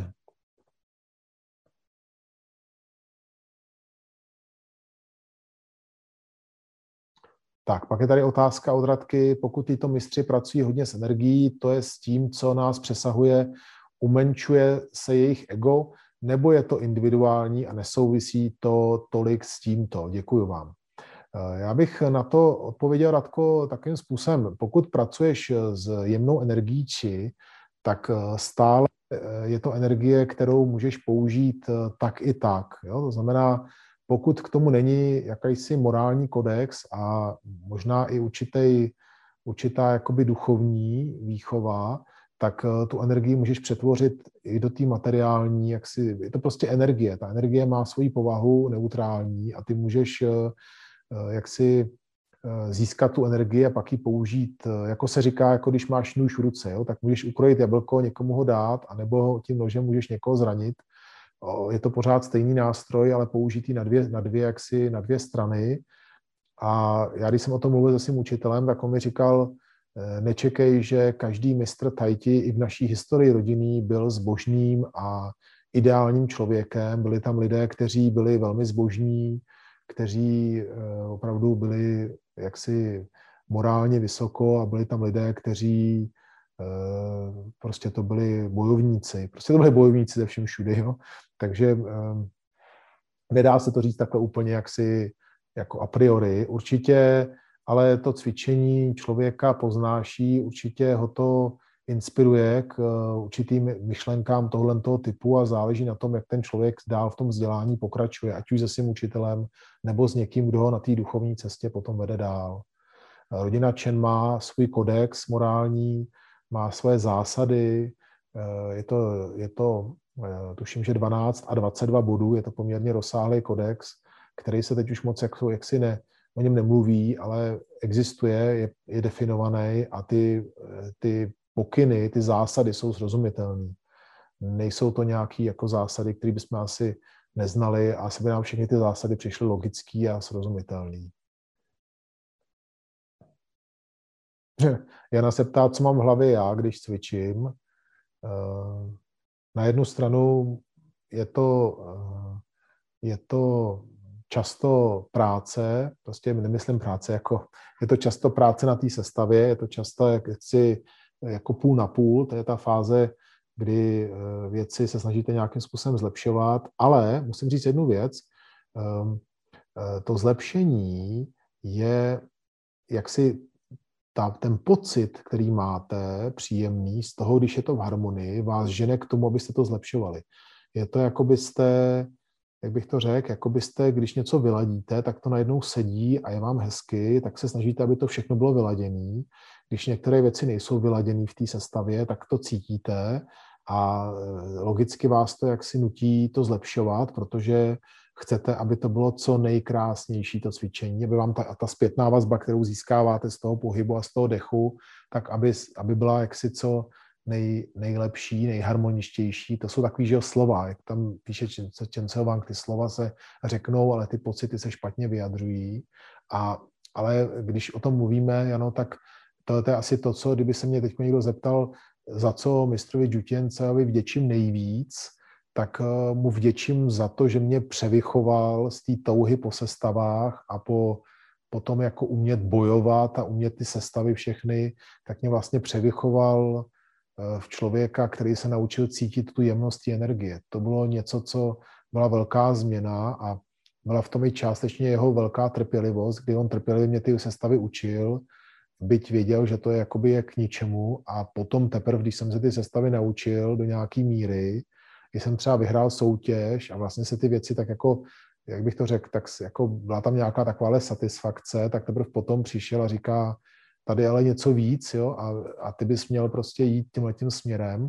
Tak, pak je tady otázka od Radky. Pokud tyto mistři pracují hodně s energií, to je s tím, co nás přesahuje, umenšuje se jejich ego, nebo je to individuální a nesouvisí to tolik s tímto? Děkuji vám. Já bych na to odpověděl, Radko, takovým způsobem. Pokud pracuješ s jemnou energií či, tak stále je to energie, kterou můžeš použít tak i tak. Jo? To znamená, pokud k tomu není jakýsi morální kodex a možná i určitý, určitá jakoby duchovní výchova, tak tu energii můžeš přetvořit i do té materiální, jaksi, je to prostě energie. Ta energie má svoji povahu neutrální a ty můžeš jaksi získat tu energii a pak ji použít, jako se říká, jako když máš nůž v ruce, jo, tak můžeš ukrojit jablko, někomu ho dát, anebo tím nožem můžeš někoho zranit. Je to pořád stejný nástroj, ale použitý na dvě, na dvě, jaksi, na dvě strany. A já, když jsem o tom mluvil se svým učitelem, tak on mi říkal, nečekej, že každý mistr Tai Chi i v naší historii rodinný byl zbožným a ideálním člověkem. Byli tam lidé, kteří byli velmi zbožní, kteří opravdu byli jaksi morálně vysoko a byli tam lidé, kteří prostě to byli bojovníci. Prostě to byli bojovníci ze všem všude, jo. Takže nedá se to říct takhle úplně jaksi jako a priori. Určitě, ale to cvičení člověka poznáší, určitě ho to inspiruje k určitým myšlenkám tohoto typu a záleží na tom, jak ten člověk dál v tom vzdělání pokračuje, ať už se svým učitelem, nebo s někým, kdo ho na té duchovní cestě potom vede dál. Rodina Chen má svůj kodex morální, má své zásady, je to, je to tuším, že dvanáct a dvacet dva bodů, je to poměrně rozsáhlý kodex, který se teď už moc jak, jaksi ne, o něm nemluví, ale existuje, je, je definovaný a ty, ty pokyny, ty zásady jsou srozumitelné. Nejsou to nějaké jako zásady, které bychom asi neznali a asi by nám všechny ty zásady přišly logický a srozumitelný. Jana se ptá, co mám v hlavě já, když cvičím. Na jednu stranu je to, je to často práce, prostě nemyslím práce jako, je to často práce na té sestavě, je to často jak, si, jako půl na půl, to je ta fáze, kdy věci se snažíte nějakým způsobem zlepšovat, ale musím říct jednu věc, to zlepšení je jaksi ta, ten pocit, který máte, příjemný, z toho, když je to v harmonii, vás žene k tomu, abyste to zlepšovali. Je to, jako byste, jak bych to řekl, jako byste, když něco vyladíte, tak to najednou sedí a je vám hezky, tak se snažíte, aby to všechno bylo vyladěné. Když některé věci nejsou vyladěné v té sestavě, tak to cítíte a logicky vás to jaksi nutí to zlepšovat, protože chcete, aby to bylo co nejkrásnější to cvičení, aby vám ta, ta zpětná vazba, kterou získáváte z toho pohybu a z toho dechu, tak aby, aby byla jaksi co nej, nejlepší, nejharmoničtější. To jsou takový, že slova, jak tam píše Chenzel Wang, ty slova se řeknou, ale ty pocity se špatně vyjadřují. A, ale když o tom mluvíme, Jano, tak to, to je asi to, co, kdyby se mě teď někdo zeptal, za co mistrovi Jutienceovi vděčím nejvíc, tak mu vděčím za to, že mě převychoval z té touhy po sestavách a po, po tom, jako umět bojovat a umět ty sestavy všechny, tak mě vlastně převychoval v člověka, který se naučil cítit tu jemnost té energie. To bylo něco, co byla velká změna a byla v tom i částečně jeho velká trpělivost, kdy on trpělivě mě ty sestavy učil, byť věděl, že to je jakoby je k ničemu a potom teprve, když jsem se ty sestavy naučil do nějaký míry, když jsem třeba vyhrál soutěž a vlastně se ty věci tak jako, jak bych to řekl, tak jako byla tam nějaká taková satisfakce, tak teprve potom přišel a říká, tady je ale něco víc, jo, a, a ty bys měl prostě jít tímhletím směrem.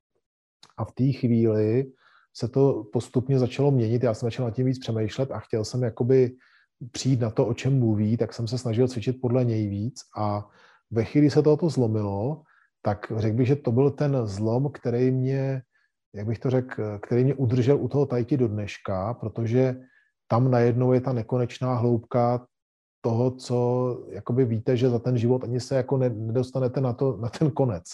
A v té chvíli se to postupně začalo měnit, já jsem začal nad tím víc přemýšlet a chtěl jsem jakoby přijít na to, o čem mluví, tak jsem se snažil cvičit podle něj víc a ve chvíli se tohoto zlomilo, tak řekl bych, že to byl ten zlom, který mě, jak bych to řekl, který mě udržel u toho tajti do dneška, protože tam najednou je ta nekonečná hloubka toho, co jakoby víte, že za ten život ani se jako nedostanete na, to, na ten konec.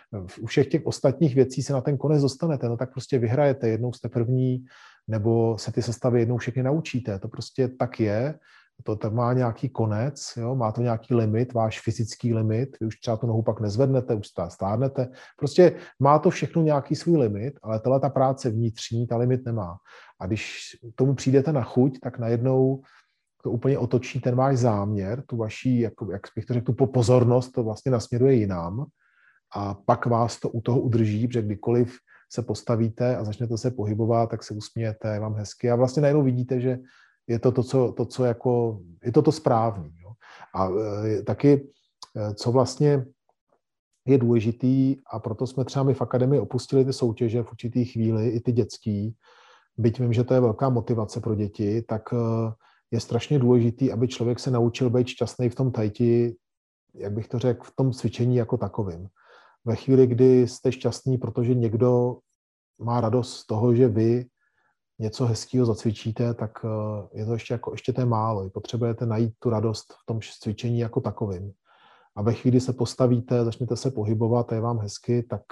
U všech těch ostatních věcí se na ten konec dostanete, no tak prostě vyhrajete, jednou jste první, nebo se ty sestavy jednou všechny naučíte. To prostě tak je, to tak má nějaký konec, jo? Má to nějaký limit, váš fyzický limit, vy už třeba tu nohu pak nezvednete, už stárnete. Prostě má to všechno nějaký svůj limit, ale tahle ta práce vnitřní, ta limit nemá. A když tomu přijdete na chuť, tak najednou to úplně otočí ten váš záměr, tu vaší, jako, jak bych to řekl, tu pozornost to vlastně nasměruje jinam a pak vás to u toho udrží, protože kdykoliv se postavíte a začnete se pohybovat, tak se usmějete, je vám hezky a vlastně najednou vidíte, že je to to, co, to, co jako, je to to správný. Jo. A e, taky, e, co vlastně je důležitý a proto jsme třeba my v akademii opustili ty soutěže v určitý chvíli, i ty dětský, byť vím, že to je velká motivace pro děti, tak e, je strašně důležitý, aby člověk se naučil být šťastný v tom tajti, jak bych to řekl, v tom cvičení jako takovým. Ve chvíli, kdy jste šťastní, protože někdo má radost z toho, že vy něco hezkého zacvičíte, tak je to ještě, jako, ještě to je málo. Potřebujete najít tu radost v tom cvičení jako takovým. A ve chvíli se postavíte, začnete se pohybovat a je vám hezky, tak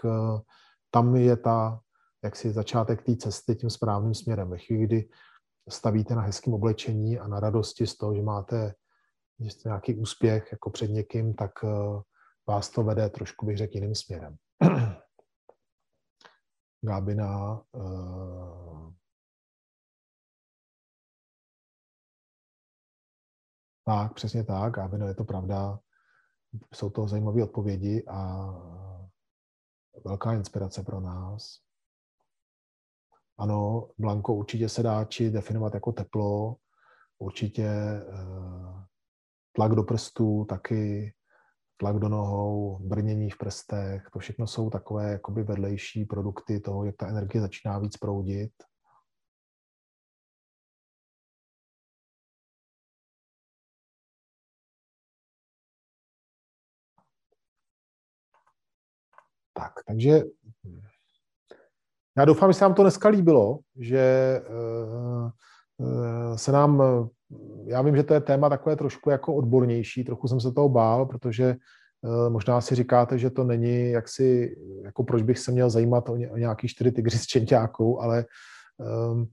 tam je ta, jaksi začátek té cesty tím správným směrem. Ve chvíli, kdy stavíte na hezkém oblečení a na radosti z toho, že máte, že jste nějaký úspěch jako před někým, tak vás to vede trošku, bych řekl, jiným směrem. Gábina uh... tak, přesně tak, Gábina, je to pravda. Jsou to zajímavé odpovědi a velká inspirace pro nás. Ano, Blanko, určitě se dá či definovat jako teplo, určitě uh, tlak do prstů, taky tlak do nohou, brnění v prstech, to všechno jsou takové jakoby vedlejší produkty toho, jak ta energie začíná víc proudit. Tak, takže já doufám, že se nám to dneska líbilo, že uh, uh, se nám, já vím, že to je téma takové trošku jako odbornější, trochu jsem se toho bál, protože možná si říkáte, že to není jaksi, jako proč bych se měl zajímat o, ně, o nějaký čtyři tygry s čenťákou, ale um,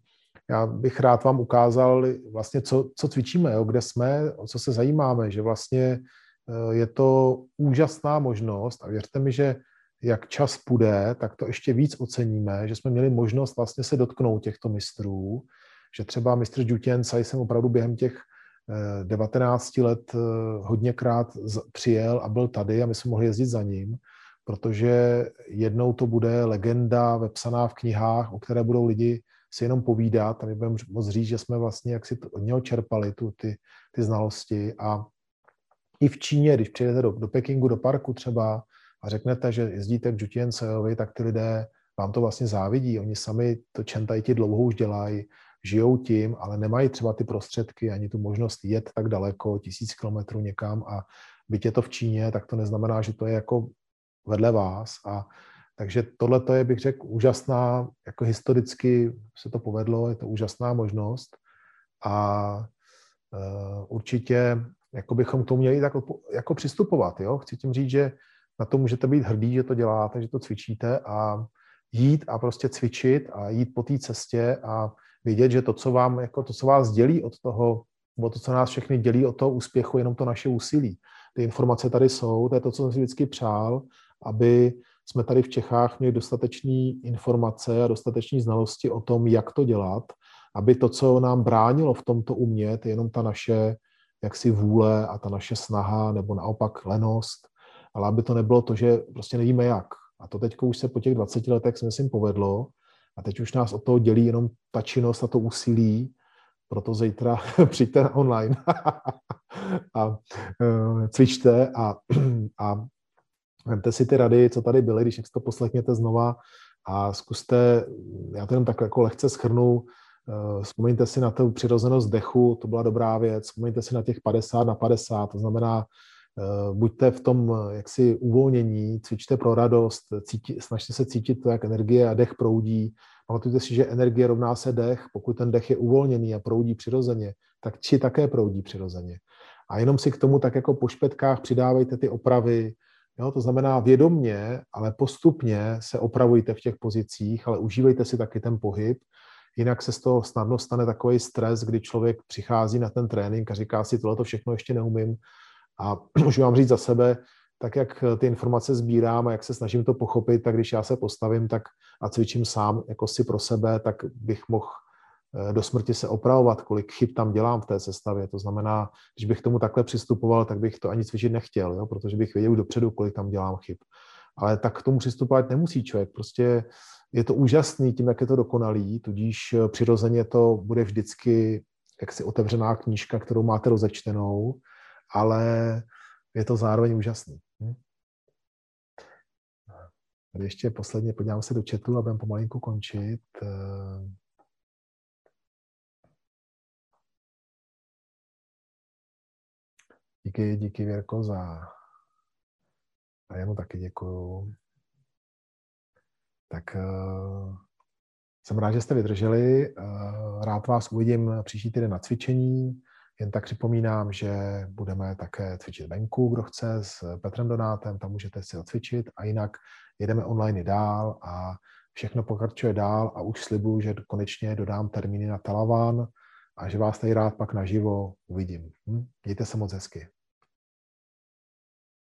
já bych rád vám ukázal vlastně, co, co cvičíme, jo, kde jsme, o co se zajímáme, že vlastně je to úžasná možnost a věřte mi, že jak čas půjde, tak to ještě víc oceníme, že jsme měli možnost vlastně se dotknout těchto mistrů, že třeba mistr Žutěnca jsem opravdu během těch devatenácti let hodněkrát přijel a byl tady a my jsme mohli jezdit za ním, protože jednou to bude legenda vepsaná v knihách, o které budou lidi si jenom povídat a my budeme moc říct, že jsme vlastně jak si od něho čerpali tu, ty, ty znalosti. A i v Číně, když přijedete do, do Pekingu, do parku třeba a řeknete, že jezdíte k Žutěncovi, tak ty lidé vám to vlastně závidí. Oni sami to čentají ti dlouho už dělají, žijou tím, ale nemají třeba ty prostředky ani tu možnost jet tak daleko, tisíc kilometrů někam a byť je to v Číně, tak to neznamená, že to je jako vedle vás. A takže tohle je, bych řekl, úžasná, jako historicky se to povedlo, je to úžasná možnost a uh, určitě jako bychom k tomu měli tak jako přistupovat. Jo? Chci tím říct, že na to můžete být hrdí, že to děláte, že to cvičíte a jít a prostě cvičit a jít po té cestě a vědět, že to, co vám, jako to, co vás dělí od toho, nebo to, co nás všechny dělí od toho úspěchu, jenom to naše úsilí. Ty informace tady jsou, to je to, co jsem si vždycky přál, aby jsme tady v Čechách měli dostatečné informace a dostatečné znalosti o tom, jak to dělat, aby to, co nám bránilo v tomto umět, je jenom ta naše jaksi vůle a ta naše snaha, nebo naopak lenost, ale aby to nebylo to, že prostě nevíme jak. A to teď už se po těch dvaceti letech, si myslím, povedlo. A teď už nás od toho dělí jenom ta činnost a to úsilí. Proto zítra přijďte online a uh, cvičte a, a vemte si ty rady, co tady byly, když si to poslechněte znova a zkuste, já to jenom tak jako lehce shrnu, uh, vzpomeňte si na tu přirozenost dechu, to byla dobrá věc, vzpomeňte si na těch padesát na padesát, to znamená, buďte v tom jaksi uvolnění, cvičte pro radost, cíti, snažte se cítit to, jak energie a dech proudí. Pamatujte si, že energie rovná se dech. Pokud ten dech je uvolněný a proudí přirozeně, tak či také proudí přirozeně. A jenom si k tomu tak jako po špetkách přidávejte ty opravy. Jo, to znamená vědomně, ale postupně se opravujte v těch pozicích, ale užívejte si taky ten pohyb. Jinak se z toho snadno stane takový stres, kdy člověk přichází na ten trénink a říká si, tohle to všechno ještě neumím. A můžu vám říct za sebe, tak jak ty informace sbírám a jak se snažím to pochopit, tak když já se postavím tak a cvičím sám jako si pro sebe, tak bych mohl do smrti se opravovat, kolik chyb tam dělám v té sestavě. To znamená, když bych k tomu takhle přistupoval, tak bych to ani cvičit nechtěl, jo? Protože bych věděl dopředu, kolik tam dělám chyb. Ale tak k tomu přistupovat nemusí člověk. Prostě je to úžasný tím, jak je to dokonalý, tudíž přirozeně to bude vždycky jaksi otevřená knížka, kterou máte rozečtenou, ale je to zároveň úžasný. Hm? Tady ještě posledně podívám se do chatu a budeme pomalinku končit. Díky, díky Věrko za... A jemu taky děkuju. Tak uh, jsem rád, že jste vydrželi. Uh, rád vás uvidím příští týden na cvičení. Jen tak připomínám, že budeme také cvičit venku, kdo chce, s Petrem Donátem, tam můžete si odcvičit a jinak jedeme online dál a všechno pokračuje dál a už slibuju, že konečně dodám termíny na Talavan a že vás tady rád pak naživo uvidím. Hm? Mějte se moc hezky.